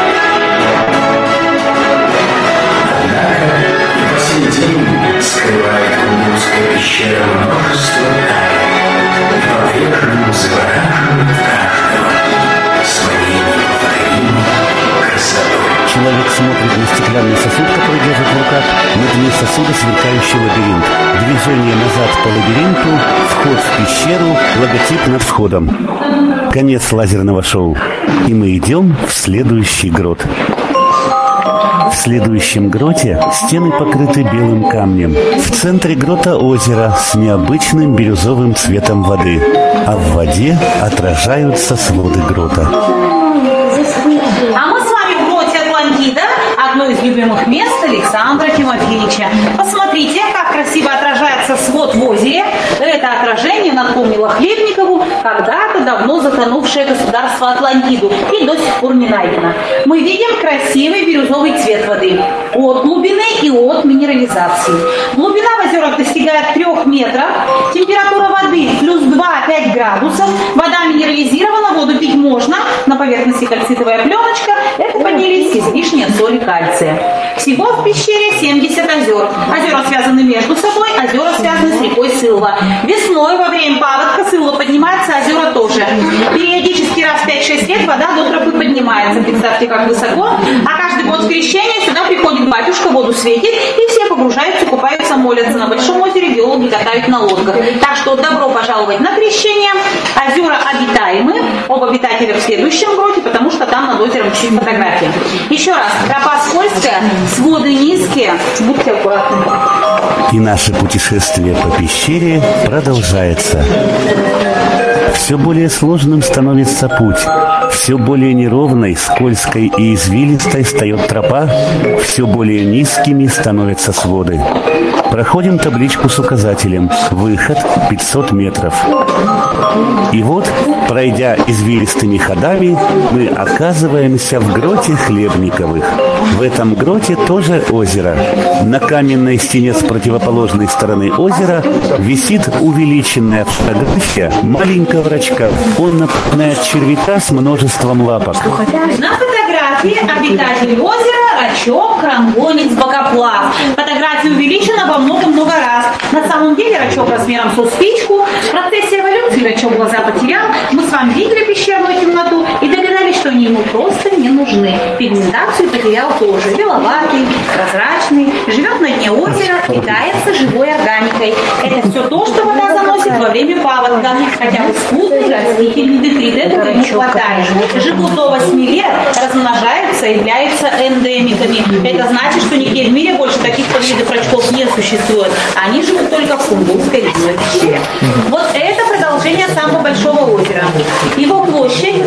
Однако и по сей день скрывает Кунгурская пещера множество тайн, и по-прежнему завораживает каждого своей неповторимой красотой. Человек смотрит на стеклянный сосуд, который держит в руках, на дне сосуда сверкающий лабиринт. Движение назад по лабиринту, вход в пещеру, логотип над входом. Конец лазерного шоу. И мы идем в следующий грот. В следующем гроте стены покрыты белым камнем. В центре грота озеро с необычным бирюзовым цветом воды, а в воде отражаются своды грота. А мы с вами в гроте Атлантида, одно из любимых мест Александра Тимофеевича. Посмотрите, как красиво отражается свод в озере. Это отражение напомнило Хлебникову когда-то давно затонувшее государство Атлантиду и до сих пор не найдено. Мы видим красивый бирюзовый цвет воды от глубины и от минерализации. Глубина в озерах достигает 3 метров, температура воды плюс 2-5 градусов, вода минерализирована, воду пить можно, на поверхности кальцитовая пленочка, это поднялись излишние соли кальция. Всего в пещере 70 озер. Озера связаны между собой, озера связаны с рекой Сылва. Весной во время паводка Сылва поднимается, озера тоже. Периодически раз в 5-6 лет вода до тропы поднимается. Представьте, как высоко. А каждый год в крещение сюда приходит батюшка, воду светит, и все погружаются, купаются, молятся. На Большом озере геологи катают на лодках. Так что добро пожаловать на крещение. Озера обитаемы. Об обитателях в следующем гроте, потому что там над озером чуть фотографии. Еще раз, тропа скользкая, своды низкие. Будьте аккуратны. И наше путешествие по пещере продолжается. Все более сложным становится путь. Все более неровной, скользкой и извилистой встает тропа, все более низкими становятся своды. Проходим табличку с указателем «Выход 500 метров». И вот, пройдя извилистыми ходами, мы оказываемся в гроте Хлебниковых. В этом гроте тоже озеро. На каменной стене с противоположной стороны озера висит увеличенная фотография маленького рачка. Он напоминает червяка с множеством лапок. На фотографии обитатель озера рачок, крамгонец, бокоплав. Фотография увеличена во много-много раз. На самом деле рачок размером со спичку. В процессе эволюции рачок глаза потерял. Мы с вами видели пещерную темноту и догадались, что они ему просто не нужны. Ведь пигментацию потерял тоже. Беловатый, прозрачный, живет на дне озера, питается живой органикой. Это все то, что вода заносит во время паводка. Хотя бы скудный растительный детрит, этого не хватает. Живут до 8 лет, размножаются, являются эндемиками. Это значит, что нигде в мире больше таких подвидов рачков не существует. Они живут только в Кунгурской ледяной пещере. Вот это продолжение самого большого озера. Его площадь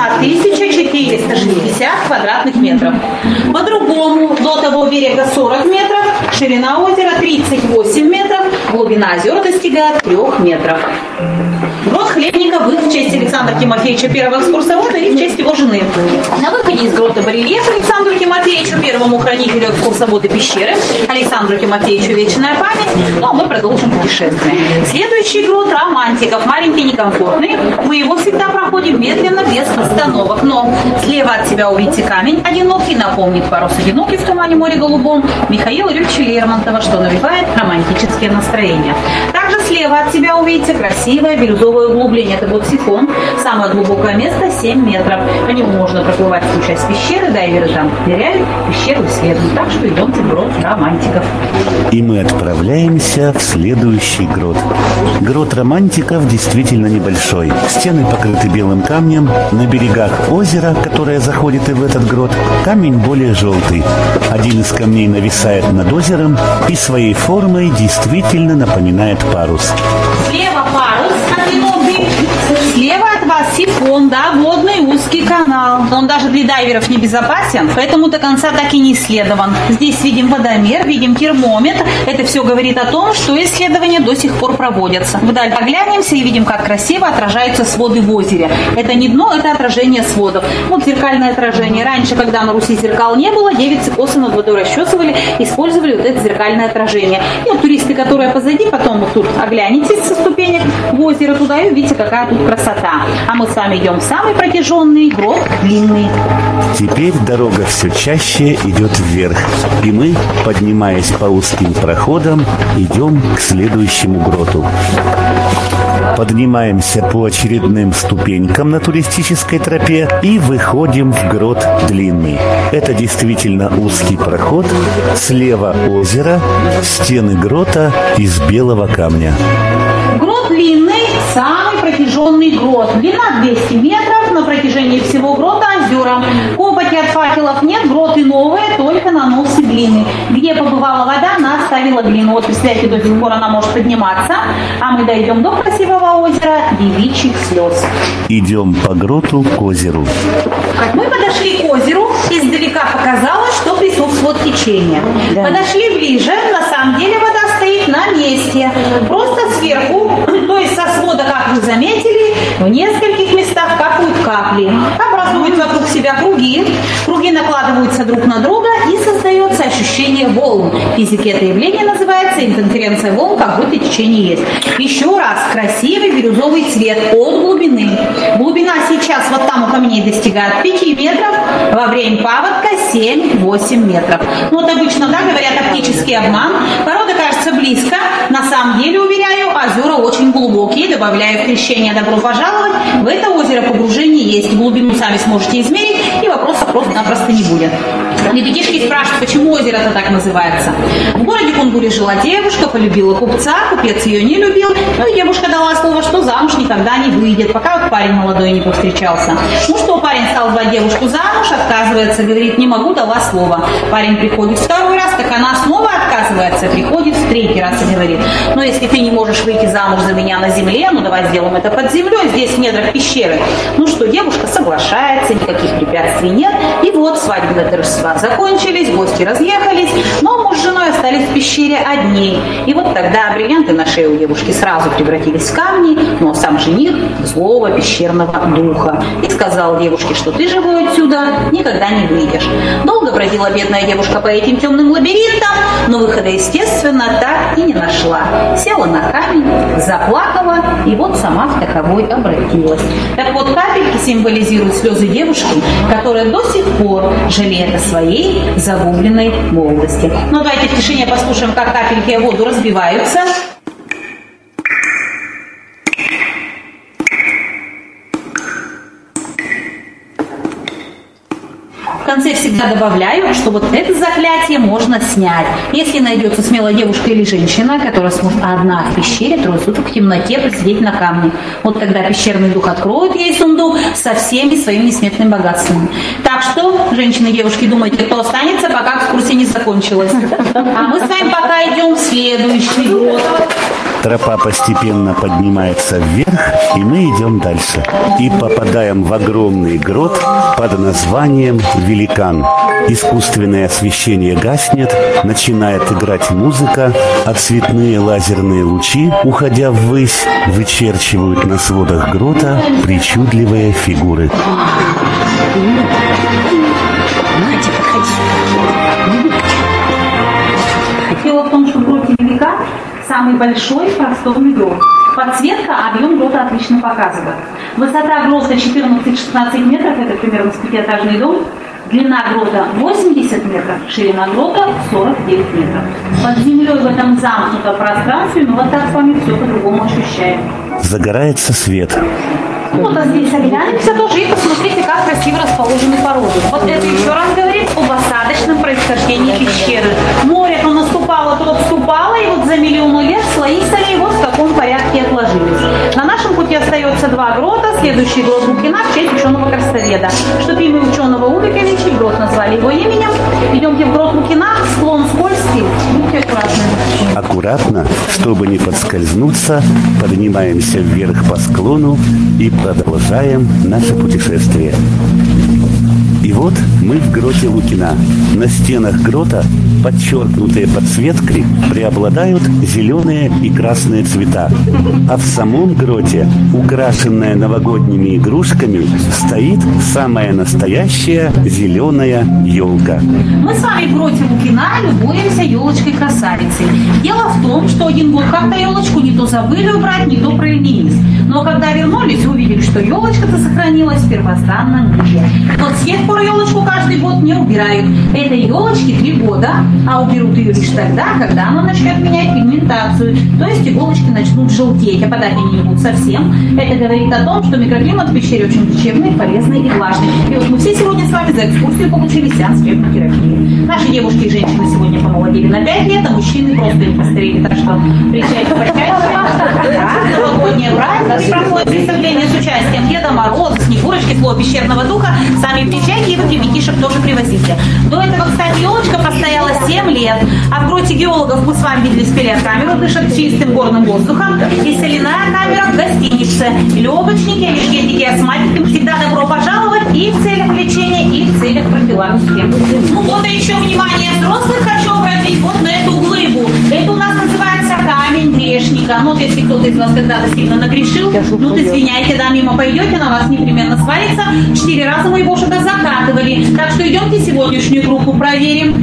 1460 квадратных метров. По-другому, до того берега 40 метров, ширина озера 38 метров, глубина озера достигает 3 метров. Грот Хлебников в честь Александра Тимофеевича, первого экскурсовода, и в честь его жены. На выходе из грота барельеф Александру Тимофеевичу, первому хранителю экскурсовода пещеры, Александру Тимофеевичу вечная память. Ну а мы продолжим путешествие. Следующий грот Романтиков, маленький, некомфортный. Мы его всегда проходим медленно, без остановок. Но слева от себя увидите камень одинокий, напомнит парус одинокий в тумане море голубом Михаила Юрьевича Лермонтова, что навевает романтические настроения. Также слева от себя увидите красивое бирюзовое углубление. Это будет сифон. Самое глубокое место 7 метров. По нему можно проплывать всю часть пещеры, дайверы там ныряют, пещеру исследуют. Так что идемте в грот Романтиков. И мы отправляемся в следующий грот. Грот Романтиков действительно небольшой. Стены покрыты белым камнем. На берегах озера, которое заходит и в этот грот, камень более желтый. Один из камней нависает над озером и своей формой действительно напоминает парус. Слева парус одинокий, слева от вас сифон, да, водный узкий канал. Он даже для дайверов не безопасен, поэтому до конца так и не исследован. Здесь видим водомер, видим термометр. Это все говорит о том, что исследования до сих пор проводятся. Вдаль поглянемся и видим, как красиво отражаются своды в озере. Это не дно, это отражение сводов. Вот зеркальное отражение. Раньше, когда на Руси зеркал не было, девицы косы над водой расчесывали, использовали вот это зеркальное отражение. И вот туристы, которые позади, потом вот тут оглянетесь со ступенек в озеро туда и увидите, какая тут красота. А мы с вами идем в самый протяженный грот, длинный. Теперь дорога все чаще идет вверх, и мы, поднимаясь по узким проходам, идем к следующему гроту. Поднимаемся по очередным ступенькам на туристической тропе и выходим в грот длинный. Это действительно узкий проход, слева озеро, стены грота из белого камня. Грот длинный, самый протяженный грот. Длина 200 метров, на протяжении всего грота озера. Копоти от факелов нет, гроты новые, только наносы глины. Где побывала вода, она оставила глину. Вот представляете, до сих пор она может подниматься. А мы дойдем до красивого озера Девичьих слез. Идем по гроту к озеру. Как мы подошли к озеру, издалека показалось, что присутствует течение. Да. Подошли ближе, на самом деле вода стоит на месте. Просто сверху, то есть со свода, как вы заметили, в нескольких местах капают капли. Образуют вокруг себя круги. Круги накладываются друг на друга и создается ощущение волн. В физике это явление называется интерференция волн, как будто течение есть. Еще раз, красивый бирюзовый цвет от глубины. Глубина сейчас вот там у камней достигает 5 метров, во время паводка 7-8 метров. Ну вот обычно, да, говорят, оптический обман. Порода кажется близко, на самом деле, уверяю, озера очень глубокие, добавляю в крещение «добро пожаловать». В это озеро погружение есть, глубину сами сможете измерить, и вопросов просто-напросто не будет. Ребятишки спрашивают, почему озеро-то так называется. В городе Кунгуре жила девушка, полюбила купца, купец ее не любил, ну и девушка дала слово, что замуж никогда не выйдет, пока вот парень молодой не повстречался. Ну что, парень стал звать девушку замуж, отказывается, говорит, не могу, дала слово. Парень приходит второй раз, так она снова отказывается, приходит в третий раз и говорит, ну если ты не можешь выйти замуж за меня на земле, ну давай сделаем это под землей, здесь в недрах пещеры. Ну что, девушка соглашается, никаких препятствий нет, и вот свадебные торжества закончились, гости разъехались, но муж с женой остались в пещере одни. И вот тогда бриллианты на шее у девушки сразу превратились в камни, но сам жених в злого пещерного духа. И сказал девушке, что ты живой отсюда никогда не выйдешь. Долго бродила бедная девушка по этим темным лабиринтам, но выхода, естественно, так и не нашла. Села на камень, заплакала, и вот сама в таковой обратилась. Так вот, капельки символизируют слезы девушки, которая до сих пор жалеет о своей загубленной молодости. Ну, давайте в тишине послушаем, как капельки о воду разбиваются. В конце всегда добавляю, что вот это заклятие можно снять. Если найдется смелая девушка или женщина, которая сможет одна в пещере трое суток в темноте посидеть на камне. Вот тогда пещерный дух откроет ей сундук со всеми своими несметными богатствами. Так что, женщины и девушки, думайте, кто останется, пока экскурсия не закончилась. А мы с вами пока идем в следующий год. Тропа постепенно поднимается вверх, и мы идем дальше. И попадаем в огромный грот под названием «Великан». Искусственное освещение гаснет, начинает играть музыка, а цветные лазерные лучи, уходя ввысь, вычерчивают на сводах грота причудливые фигуры. Дело в том, что в гроте «Великан» самый большой просторный грот. Подсветка объем грота отлично показывает. Высота грота 14-16 метров, это примерно с пятиэтажный дом. Длина грота 80 метров, ширина грота 49 метров. Под землей в этом замкнутом пространстве мы вот так с вами все по-другому ощущаем. Загорается свет. Вот, а здесь оглянемся тоже и посмотрите, как красиво расположены породы. Вот это еще раз говорит об осадочном происхождении пещеры. Море то наступало, то отступало, и вот за миллионы лет слои солей вот в таком порядке отложились. На нашем пути остается два грота. Следующий грот Лукина в честь ученого-карстоведа. Чтоб имя ученого Убиковича, грот назвали его именем. Идемте в грот Лукина, склон скользкий, будьте аккуратны. Аккуратно, чтобы не подскользнуться, поднимаемся вверх по склону и продолжаем наше путешествие. И вот мы в гроте Лукина. На стенах грота, подчеркнутые подсветкой, преобладают зеленые и красные цвета. А в самом гроте, украшенная новогодними игрушками, стоит самая настоящая зеленая елка. Мы с вами в гроте Лукина любуемся елочкой-красавицей. Дело в том, что один год как-то елочку не то забыли убрать, не то проленились. Но когда вернулись, увидели, что елочка-то сохранилась в первозданном виде. Вот с тех пор елочку каждый год не убирают. Этой елочке 3 года, а уберут ее лишь тогда, когда она начнет менять пигментацию. То есть иголочки начнут желтеть, а подать они не будут совсем. Это говорит о том, что микроклимат в пещере очень лечебный, полезный и влажный. И вот мы все сегодня с вами за экскурсию получили сеанс терапии. Наши девушки и женщины сегодня помолодели на 5 лет, а мужчины просто их постарели. Так что приезжайте, почайте. Новогоднее праздник проходит представление с участием Деда Мороза, Снегурочки, злого пещерного духа. Сами приезжайте, и вы ребятишек тоже привозите. До этого, кстати, елочка простояла 7 лет. А в гроте геологов мы с вами видели спелеокамеру, дышат чистым горным воздухом. И соляная камера в гостинице. Лёгочники, энергетики, астматики всегда добро пожаловать и в целях лечения, и в целях профилактики. Ну вот и еще внимание взрослых хочу обратить вот на эту глыбу. Это у нас называется камень грешника. Ну вот если кто-то из вас когда-то сильно нагрешил, ну то извиняйте, да, мимо пойдете, на вас непременно свалится. 4 раза мы его уже закатывали. Так что идемте сегодняшнюю группу проверим.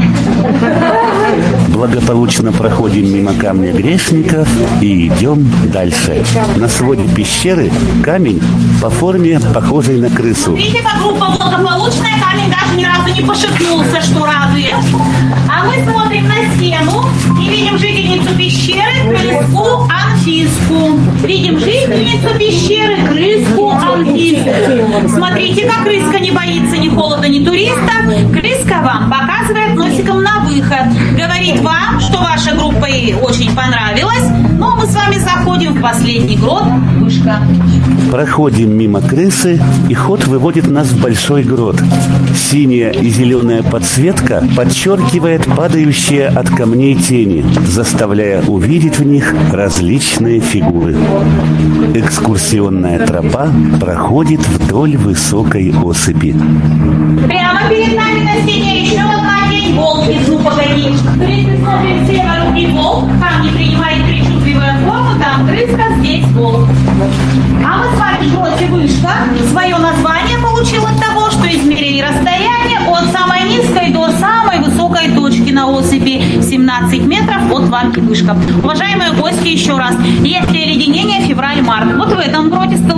Благополучно проходим мимо камня грешников и идем дальше. На своде пещеры камень по форме похожий на крысу. Видите, как группа благополучная, камень даже ни разу не пошатнулся, что радует. А мы смотрим на стену и видим жительницу пещеры, крыску Анфиску. Видим жительницу пещеры, крыску Анфиску. Смотрите, как крыска не боится ни холода, ни туриста. Крыска вам показывает носиком на выход. Говорит вам, что ваша группа ей очень понравилась. Но мы с вами заходим в последний грот Вышка. Проходим мимо крысы, и ход выводит нас в большой грот. Синяя и зеленая подсветка подчеркивает падающие от камней тени, заставляя увидеть в них различные фигуры. Экскурсионная тропа проходит вдоль высокой осыпи. Прямо перед нами на стене еще одна тень, волк из ну погоди. Туристы смотрят север и волк, там не принимает причудливую форму, там крыска, здесь волк. А мы с вами в гроте Вышка свое название получил от того, что измерили расстояние от самой низкой до самой высокой точки на осыпи. 17 метров, вот вам и Вышка. Уважаемые гости, еще раз. Есть ли оледенение февраль-март? Вот в этом гроте стало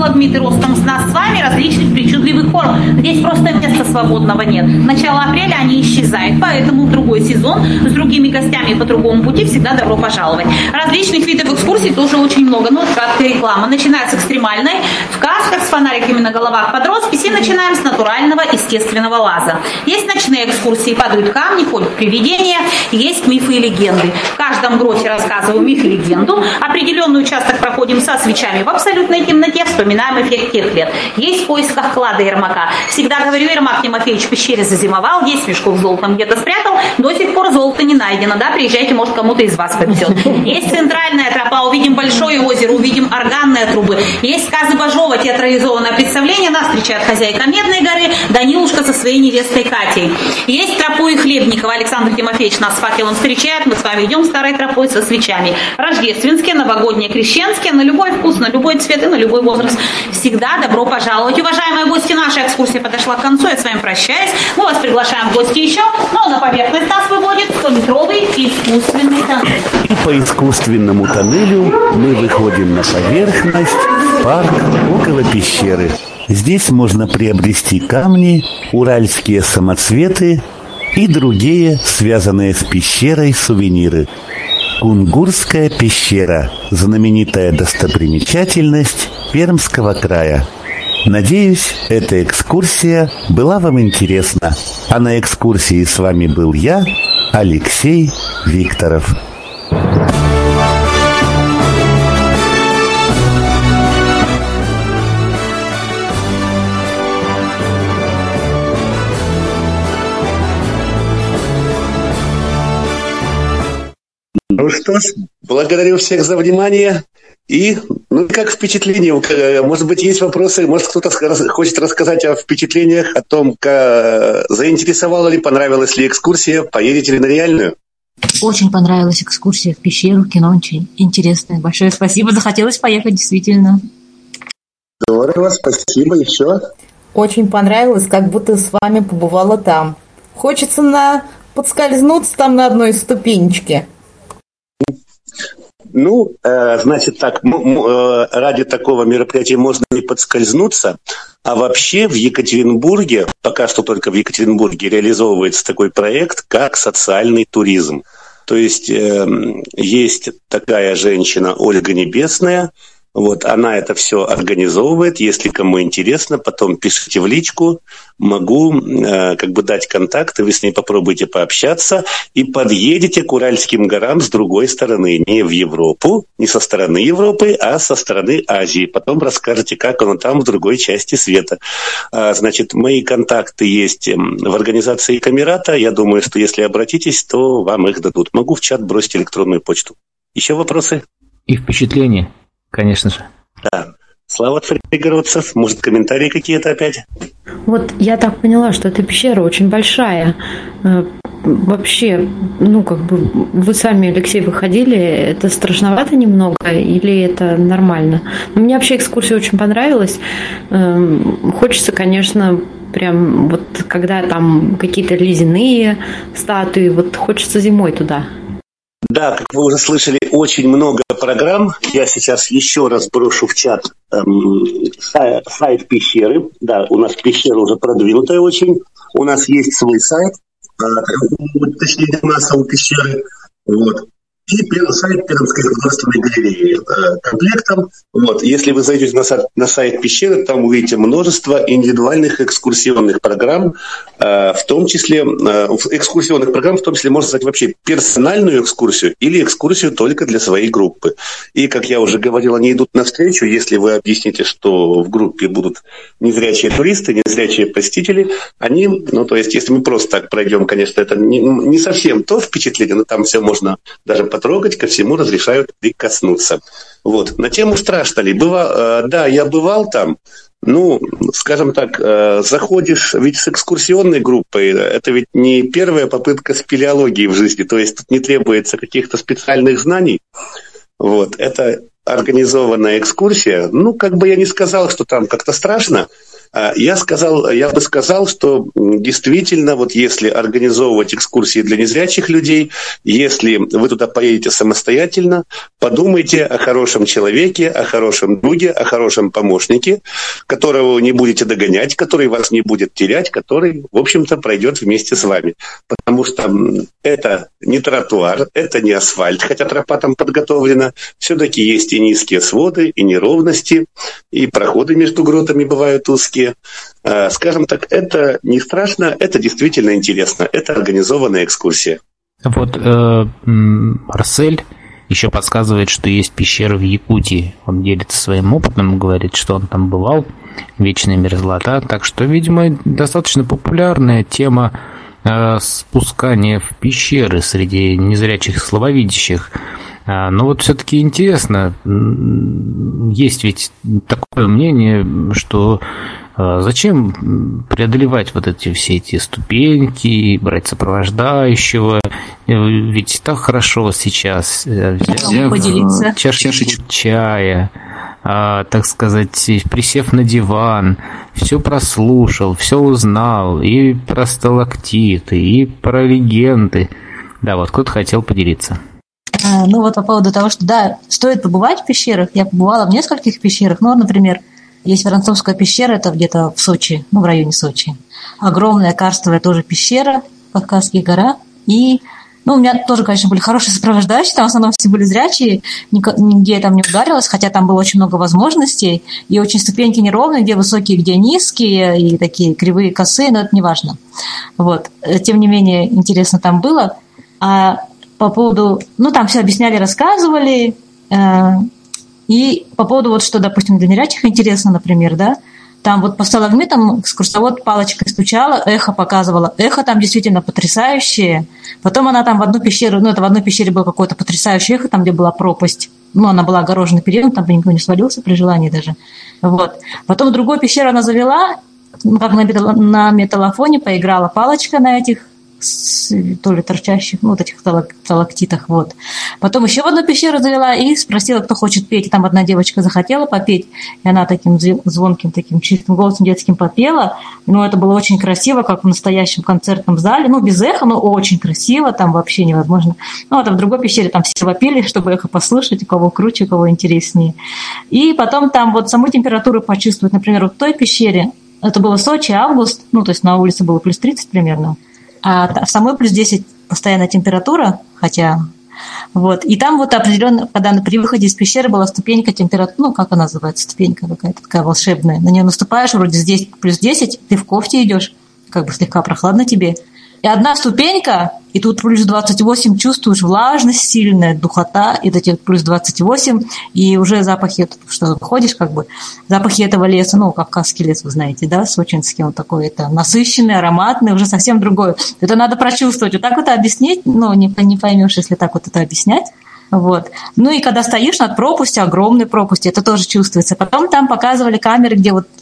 логмит и ростом с нас с вами различных причудливых форм. Здесь просто места свободного нет. Начало апреля они исчезают, поэтому в другой сезон с другими гостями по другому пути всегда добро пожаловать. Различных видов экскурсий тоже очень много, но краткая реклама. Начиная с экстремальной, в касках с фонариками на головах под росписи, начинаем с натурального естественного лаза. Есть ночные экскурсии, падают камни, ходят привидения, есть мифы и легенды. В каждом гроте рассказываю миф и легенду. Определенный участок проходим со свечами в абсолютной темноте, вспоминаем эффект тех лет. Есть в поисках клада Ермака. Всегда говорю, Ермак Тимофеевич в пещере зазимовал, 10 мешков с золотом где-то спрятал, до сих пор золото не найдено, да, приезжайте, может, кому-то из вас повезет. Есть центральная тропа, увидим большое озеро, увидим органные трубы. Есть сказы Бажова, театрализованное представление, нас встречает хозяйка Медной горы, Данилушка со своей невестой Катей. Есть тропу и Хлебникова, Александр Тимофеевич нас с факелом встречает, мы с вами идем старой тропой со свечами. Рождественские, новогодние, крещенские, на любой вкус, на любой цвет и на любой возраст. Всегда добро пожаловать. Уважаемые гости, наша экскурсия подошла к концу, я с вами прощаюсь. Мы вас приглашаем в гости еще, но на поверхность нас выводит 100-метровый искусственный тоннель. И по искусственному тоннелю мы выходим на поверхность, в парк около пещеры. Здесь можно приобрести камни, уральские самоцветы и другие, связанные с пещерой, сувениры. Кунгурская пещера – знаменитая достопримечательность Пермского края. Надеюсь, эта экскурсия была вам интересна. А на экскурсии с вами был я, Алексей Викторов. Ну что ж, благодарю всех за внимание. И, как впечатление? Может быть, есть вопросы? Может, кто-то хочет рассказать о впечатлениях, о том, заинтересовала ли, понравилась ли экскурсия, поедете ли на реальную? Очень понравилась экскурсия в пещеру, кино очень интересное. Большое спасибо, захотелось поехать, действительно. Здорово, спасибо. Еще? Очень понравилось, как будто с вами побывала там. Хочется подскользнуться там на одной ступенечке. Значит так, ради такого мероприятия можно не подскользнуться, а вообще в Екатеринбурге, пока что только в Екатеринбурге реализовывается такой проект, как социальный туризм. То есть есть такая женщина Ольга Небесная, она это все организовывает. Если кому интересно, потом пишите в личку, могу дать контакты, вы с ней попробуйте пообщаться и подъедете к Уральским горам с другой стороны, не в Европу, не со стороны Европы, а со стороны Азии. Потом расскажете, как оно там в другой части света. Значит, мои контакты есть в организации Камерата. Я думаю, что если обратитесь, то вам их дадут. Могу в чат бросить электронную почту. Еще вопросы? И впечатления. Конечно же. Да. Слава Царегородцев, может, комментарии какие-то опять? Я так поняла, что эта пещера очень большая. Вообще, вы сами, Алексей, выходили, это страшновато немного или это нормально? Мне вообще экскурсия очень понравилась. Хочется, конечно, прям когда там какие-то ледяные статуи, хочется зимой туда. Да, как вы уже слышали, очень много программ. Я сейчас еще раз брошу в чат сайт пещеры. Да, у нас пещера уже продвинутая очень. У нас есть свой сайт, точнее, у нас у пещеры. И сайт Пермской художественной галереи комплектом. Если вы зайдете на сайт пещеры, там увидите множество индивидуальных экскурсионных программ, в том числе можно создать вообще персональную экскурсию или экскурсию только для своей группы. И, как я уже говорил, они идут навстречу, если вы объясните, что в группе будут незрячие туристы, незрячие посетители, если мы просто так пройдем, конечно, это не совсем то впечатление, но там все можно даже потрогать, ко всему разрешают прикоснуться. На тему страшно ли? Да, я бывал там. Скажем так, заходишь ведь с экскурсионной группой, это ведь не первая попытка спелеологии в жизни, то есть тут не требуется каких-то специальных знаний. Это организованная экскурсия. Я не сказал, что там как-то страшно. Я бы сказал, что действительно, вот если организовывать экскурсии для незрячих людей, если вы туда поедете самостоятельно, подумайте о хорошем человеке, о хорошем друге, о хорошем помощнике, которого вы не будете догонять, который вас не будет терять, который, в общем-то, пройдет вместе с вами. Потому что это не тротуар, это не асфальт, хотя тропа там подготовлена. Все-таки есть и низкие своды, и неровности, и проходы между гротами бывают узкие. Скажем так, это не страшно, это действительно интересно. Это организованная экскурсия. Вот Марсель еще подсказывает, что есть пещеры в Якутии. Он делится своим опытом, говорит, что он там бывал. Вечная мерзлота. Так что, видимо, достаточно популярная тема спускания в пещеры среди незрячих слабовидящих. Но вот все-таки интересно, есть ведь такое мнение, что зачем преодолевать вот все эти ступеньки, брать сопровождающего, ведь так хорошо сейчас, взяв чашечку чая, так сказать, присев на диван, все прослушал, все узнал, и про сталактиты, и про легенды. Да, вот кто-то хотел поделиться. Ну вот по поводу того, что да, стоит побывать в пещерах. Я побывала в нескольких пещерах. Ну, например, есть Воронцовская пещера, это где-то в Сочи, ну, в районе Сочи. Огромная карстовая тоже пещера, Кавказские гора. И, ну, у меня тоже, конечно, были хорошие сопровождающие, там в основном все были зрячие, нигде я там не ударилась, хотя там было очень много возможностей, и очень ступеньки неровные, где высокие, где низкие, и такие кривые, косые, но это не важно. Вот. Тем не менее, интересно там было. А по поводу, ну, там все объясняли, рассказывали, и по поводу вот, что, допустим, для незрячих интересно, например, да, там вот по сталагмитам экскурсовод палочкой стучала, эхо показывала, эхо там действительно потрясающее, потом она там в одну пещеру, ну, это в одной пещере было какое-то потрясающее эхо, там, где была пропасть, ну, она была огорожена периодом, там бы никто не свалился при желании даже, вот, потом в другую пещеру она завела, ну, как на металлофоне поиграла палочка на этих, то ли торчащих, ну, вот этих сталактитах, вот. Потом еще в одну пещеру завела и спросила, кто хочет петь. И там одна девочка захотела попеть, и она таким звонким, таким чистым голосом детским попела. Ну, это было очень красиво, как в настоящем концертном зале. Ну, без эха, но очень красиво, там вообще невозможно. Ну, а в другой пещере там все вопили, чтобы эхо послушать, у кого круче, у кого интереснее. И потом там вот саму температуру почувствовать. Например, вот в той пещере, это было Сочи, август, ну, то есть на улице было плюс 30 примерно. А в самой плюс 10 постоянная температура, хотя... Вот. И там вот определенно, когда при выходе из пещеры была ступенька температуры, ну, как она называется, ступенька какая-то такая волшебная. На нее наступаешь, вроде здесь плюс 10, ты в кофте идешь, как бы слегка прохладно тебе. И одна ступенька, и тут плюс 28, чувствуешь влажность сильная, духота, и эти плюс 28, и уже запахи, что ходишь, как бы, запахи этого леса, ну, кавказский лес, вы знаете, да, сочинский, он такой, это насыщенный, ароматный, уже совсем другой. Это надо прочувствовать. Вот так вот объяснить, ну, не поймешь, если так вот это объяснять. Вот. Ну и когда стоишь над пропастью, огромной пропастью, это тоже чувствуется. Потом там показывали камеры, где вот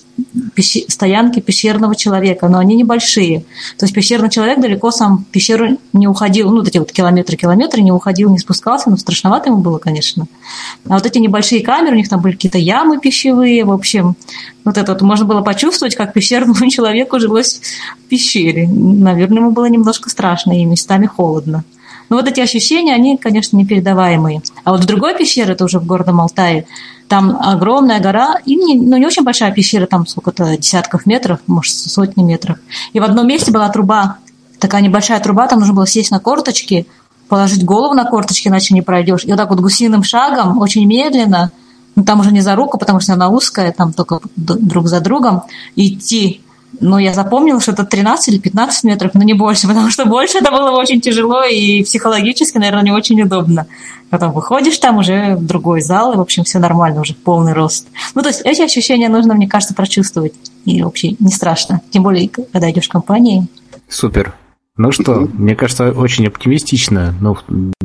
стоянки пещерного человека, но они небольшие. То есть пещерный человек далеко сам в пещеру не уходил, ну, вот эти вот километры не уходил, не спускался, но страшновато ему было, конечно. А вот эти небольшие камеры, у них там были какие-то ямы пищевые, в общем, вот это вот можно было почувствовать, как пещерному человеку жилось в пещере. Наверное, ему было немножко страшно и местами холодно. Но вот эти ощущения, они, конечно, непередаваемые. А вот в другой пещере, это уже в Горном Алтае, там огромная гора, и не очень большая пещера, там сколько-то десятков метров, может, сотни метров. И в одном месте была труба, такая небольшая труба, там нужно было сесть на корточки, положить голову на корточки, иначе не пройдешь. И вот так вот гусиным шагом, очень медленно, ну, там уже не за руку, потому что она узкая, там только друг за другом, идти. Но я запомнила, что это 13 или 15 метров, но не больше, потому что больше это было очень тяжело и психологически, наверное, не очень удобно. Потом выходишь там уже в другой зал, и, в общем, все нормально, уже полный рост. Ну, то есть эти ощущения нужно, мне кажется, прочувствовать. И вообще не страшно. Тем более, когда идешь в компании. Супер. Ну что, мне кажется, очень оптимистично. Ну,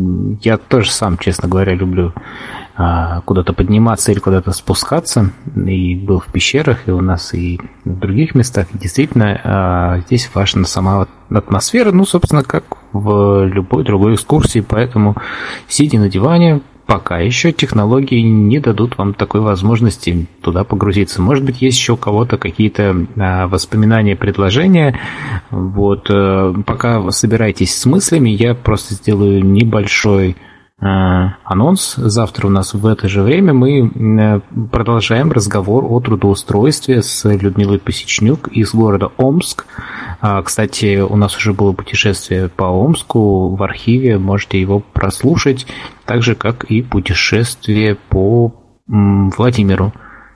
я тоже сам, честно говоря, люблю куда-то подниматься или куда-то спускаться. И был в пещерах, и у нас, и в других местах. И действительно, здесь важна сама атмосфера, ну, собственно, как в любой другой экскурсии. Поэтому, сидя на диване, пока еще технологии не дадут вам такой возможности туда погрузиться. Может быть, есть еще у кого-то какие-то воспоминания, предложения. Вот, пока вы собираетесь с мыслями, я просто сделаю небольшой анонс. Завтра у нас в это же время мы продолжаем разговор о трудоустройстве с Людмилой Посечнюк из города Омск. Кстати, у нас уже было путешествие по Омску в архиве, можете его прослушать, так же, как и путешествие по Владимиру.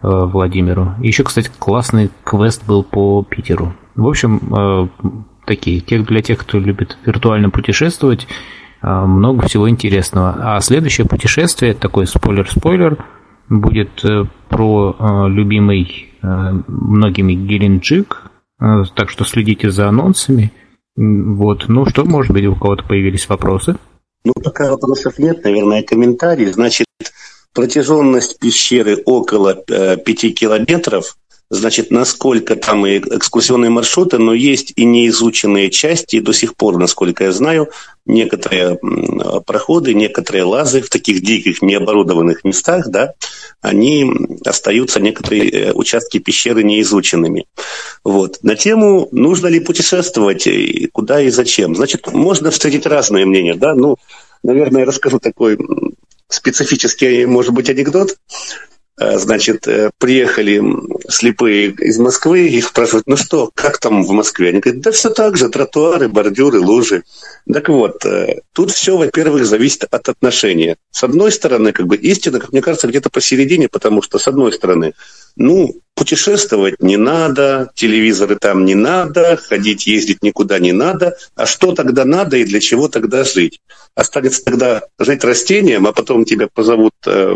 Еще, кстати, классный квест был по Питеру. В общем, для тех, кто любит виртуально путешествовать, много всего интересного. А следующее путешествие, такой спойлер, будет про любимый многими Геленджик. Так что следите за анонсами. Вот. Ну что, может быть, у кого-то появились вопросы? Ну, пока вопросов нет, наверное, комментарий. Значит, протяженность пещеры около 5 километров. Значит, насколько там и экскурсионные маршруты, но есть и неизученные части, и до сих пор, насколько я знаю, некоторые проходы, некоторые лазы в таких диких, необорудованных местах, да, они остаются, некоторые участки пещеры неизученными. Вот. На тему, нужно ли путешествовать, и куда и зачем. Значит, можно встретить разные мнения, да, ну, наверное, я расскажу такой специфический, может быть, анекдот. Значит, приехали слепые из Москвы, их спрашивают, ну что, как там в Москве? Они говорят, да все так же, тротуары, бордюры, лужи. Так вот, тут все, во-первых, зависит от отношения. С одной стороны, как бы истина, как мне кажется, где-то посередине, потому что, с одной стороны, ну, путешествовать не надо, телевизоры там не надо, ходить, ездить никуда не надо. А что тогда надо и для чего тогда жить? Останется тогда жить растением, а потом тебя позовут,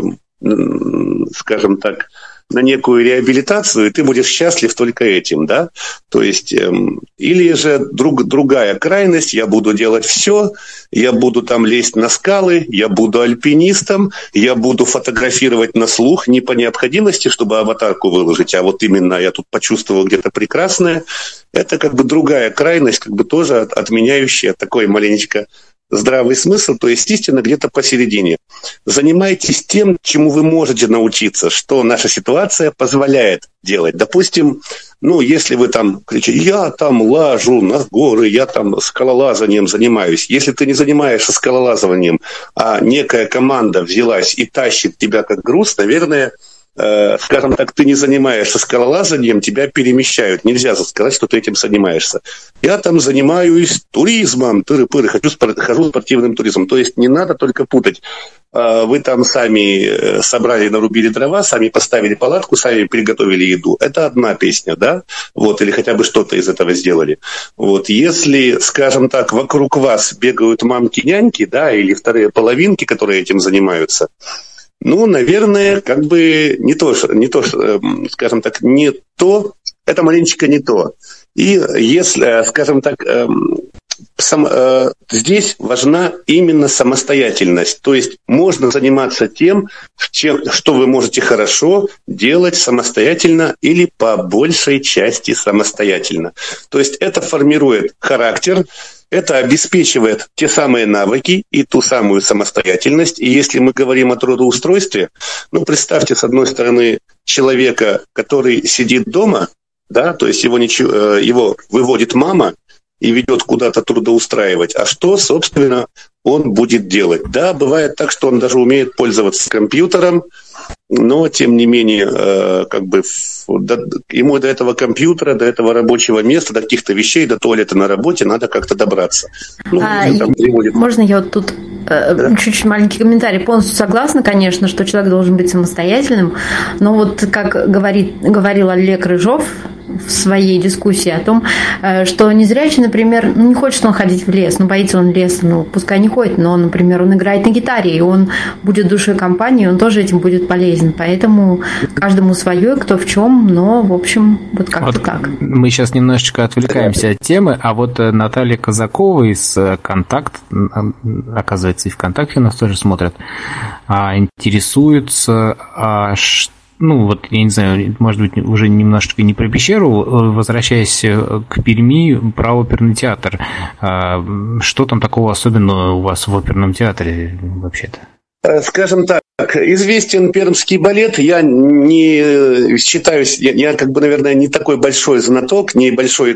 скажем так, на некую реабилитацию, и ты будешь счастлив только этим, да? То есть, или же другая крайность, я буду делать все, я буду там лезть на скалы, я буду альпинистом, я буду фотографировать на слух, не по необходимости, чтобы аватарку выложить, а вот именно я тут почувствовал где-то прекрасное. Это как бы другая крайность, как бы тоже отменяющая такой маленечко здравый смысл, то есть истина где-то посередине. Занимайтесь тем, чему вы можете научиться, что наша ситуация позволяет делать. Допустим, ну, если вы там кричите, я там лажу на горы, я там скалолазанием занимаюсь. Если ты не занимаешься скалолазанием, а некая команда взялась и тащит тебя как груз, наверное, скажем так, ты не занимаешься скалолазанием, тебя перемещают. Нельзя сказать, что ты этим занимаешься. Я там занимаюсь туризмом, тыры-пыры, хожу спортивным туризмом. То есть не надо только путать. Вы там сами собрали, нарубили дрова, сами поставили палатку, сами приготовили еду. Это одна песня, да? Вот, или хотя бы что-то из этого сделали. Вот, если, скажем так, вокруг вас бегают мамки-няньки, да, или вторые половинки, которые этим занимаются, ну, наверное, как бы не то, скажем так, не то, это маленечко не то. И если, скажем так, здесь важна именно самостоятельность. То есть можно заниматься тем, что вы можете хорошо делать самостоятельно или по большей части самостоятельно. То есть это формирует характер, это обеспечивает те самые навыки и ту самую самостоятельность. И если мы говорим о трудоустройстве, ну, представьте, с одной стороны, человека, который сидит дома, да, то есть его выводит мама и ведет куда-то трудоустраивать. А что, собственно, он будет делать? Да, бывает так, что он даже умеет пользоваться компьютером, но, тем не менее, как бы ему до этого компьютера, до этого рабочего места, до каких-то вещей, до туалета на работе надо как-то добраться. Ну, можно я вот тут чуть-чуть маленький комментарий? Полностью согласна, конечно, что человек должен быть самостоятельным, но вот как говорил Олег Рыжов в своей дискуссии о том, что незрячий, например, не хочет он ходить в лес, боится он леса, пускай не ходит, но, например, он играет на гитаре, и он будет душой компании, он тоже этим будет полезен. Поэтому каждому свое, кто в чем, но, в общем, вот как-то так. Мы сейчас немножечко отвлекаемся от темы, а вот Наталья Казакова из «Контакт», оказывается, и ВКонтакте нас тоже смотрят, интересуется, вот, я не знаю, может быть, уже немножечко не про пещеру, возвращаясь к Перми, про оперный театр. Что там такого особенного у вас в оперном театре вообще-то? Скажем так, известен пермский балет. Я не считаюсь, я как бы, наверное, не такой большой знаток, не большой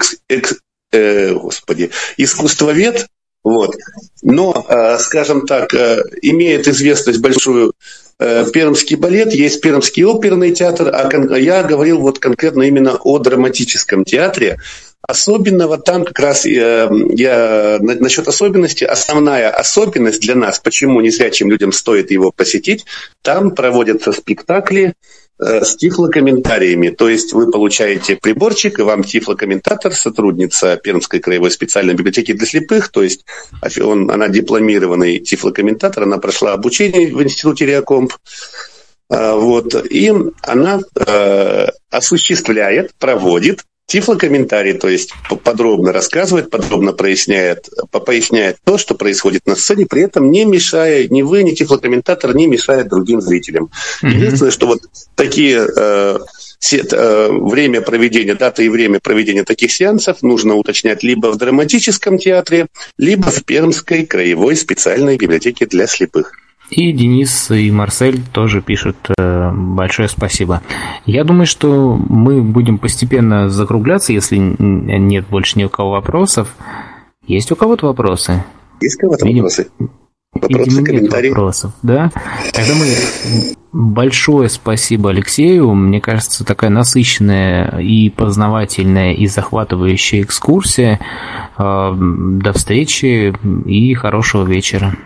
искусствовед. Вот. Но, скажем так, имеет известность большую пермский балет, есть Пермский оперный театр, а я говорил вот конкретно именно о драматическом театре. Особенного там как раз я насчет особенности, основная особенность для нас, почему незрячим людям стоит его посетить, там проводятся спектакли с тифлокомментариями. То есть вы получаете приборчик, и вам тифлокомментатор, сотрудница Пермской краевой специальной библиотеки для слепых, то есть она дипломированный тифлокомментатор, она прошла обучение в институте Реакомп. Вот, и она осуществляет, проводит тифлокомментарий, то есть подробно рассказывает, подробно поясняет то, что происходит на сцене, при этом не мешая, ни вы, ни тифлокомментатор не мешает другим зрителям. Единственное, что вот такие время проведения, дата и время проведения таких сеансов нужно уточнять либо в драматическом театре, либо в Пермской краевой специальной библиотеке для слепых. И Денис, и Марсель тоже пишут большое спасибо. Я думаю, что мы будем постепенно закругляться, если нет больше ни у кого вопросов. Есть у кого-то вопросы? Есть у кого-то вопросы? Вопросы, комментарии? Вопросов, да? Тогда большое спасибо Алексею. Мне кажется, такая насыщенная и познавательная, и захватывающая экскурсия. До встречи и хорошего вечера.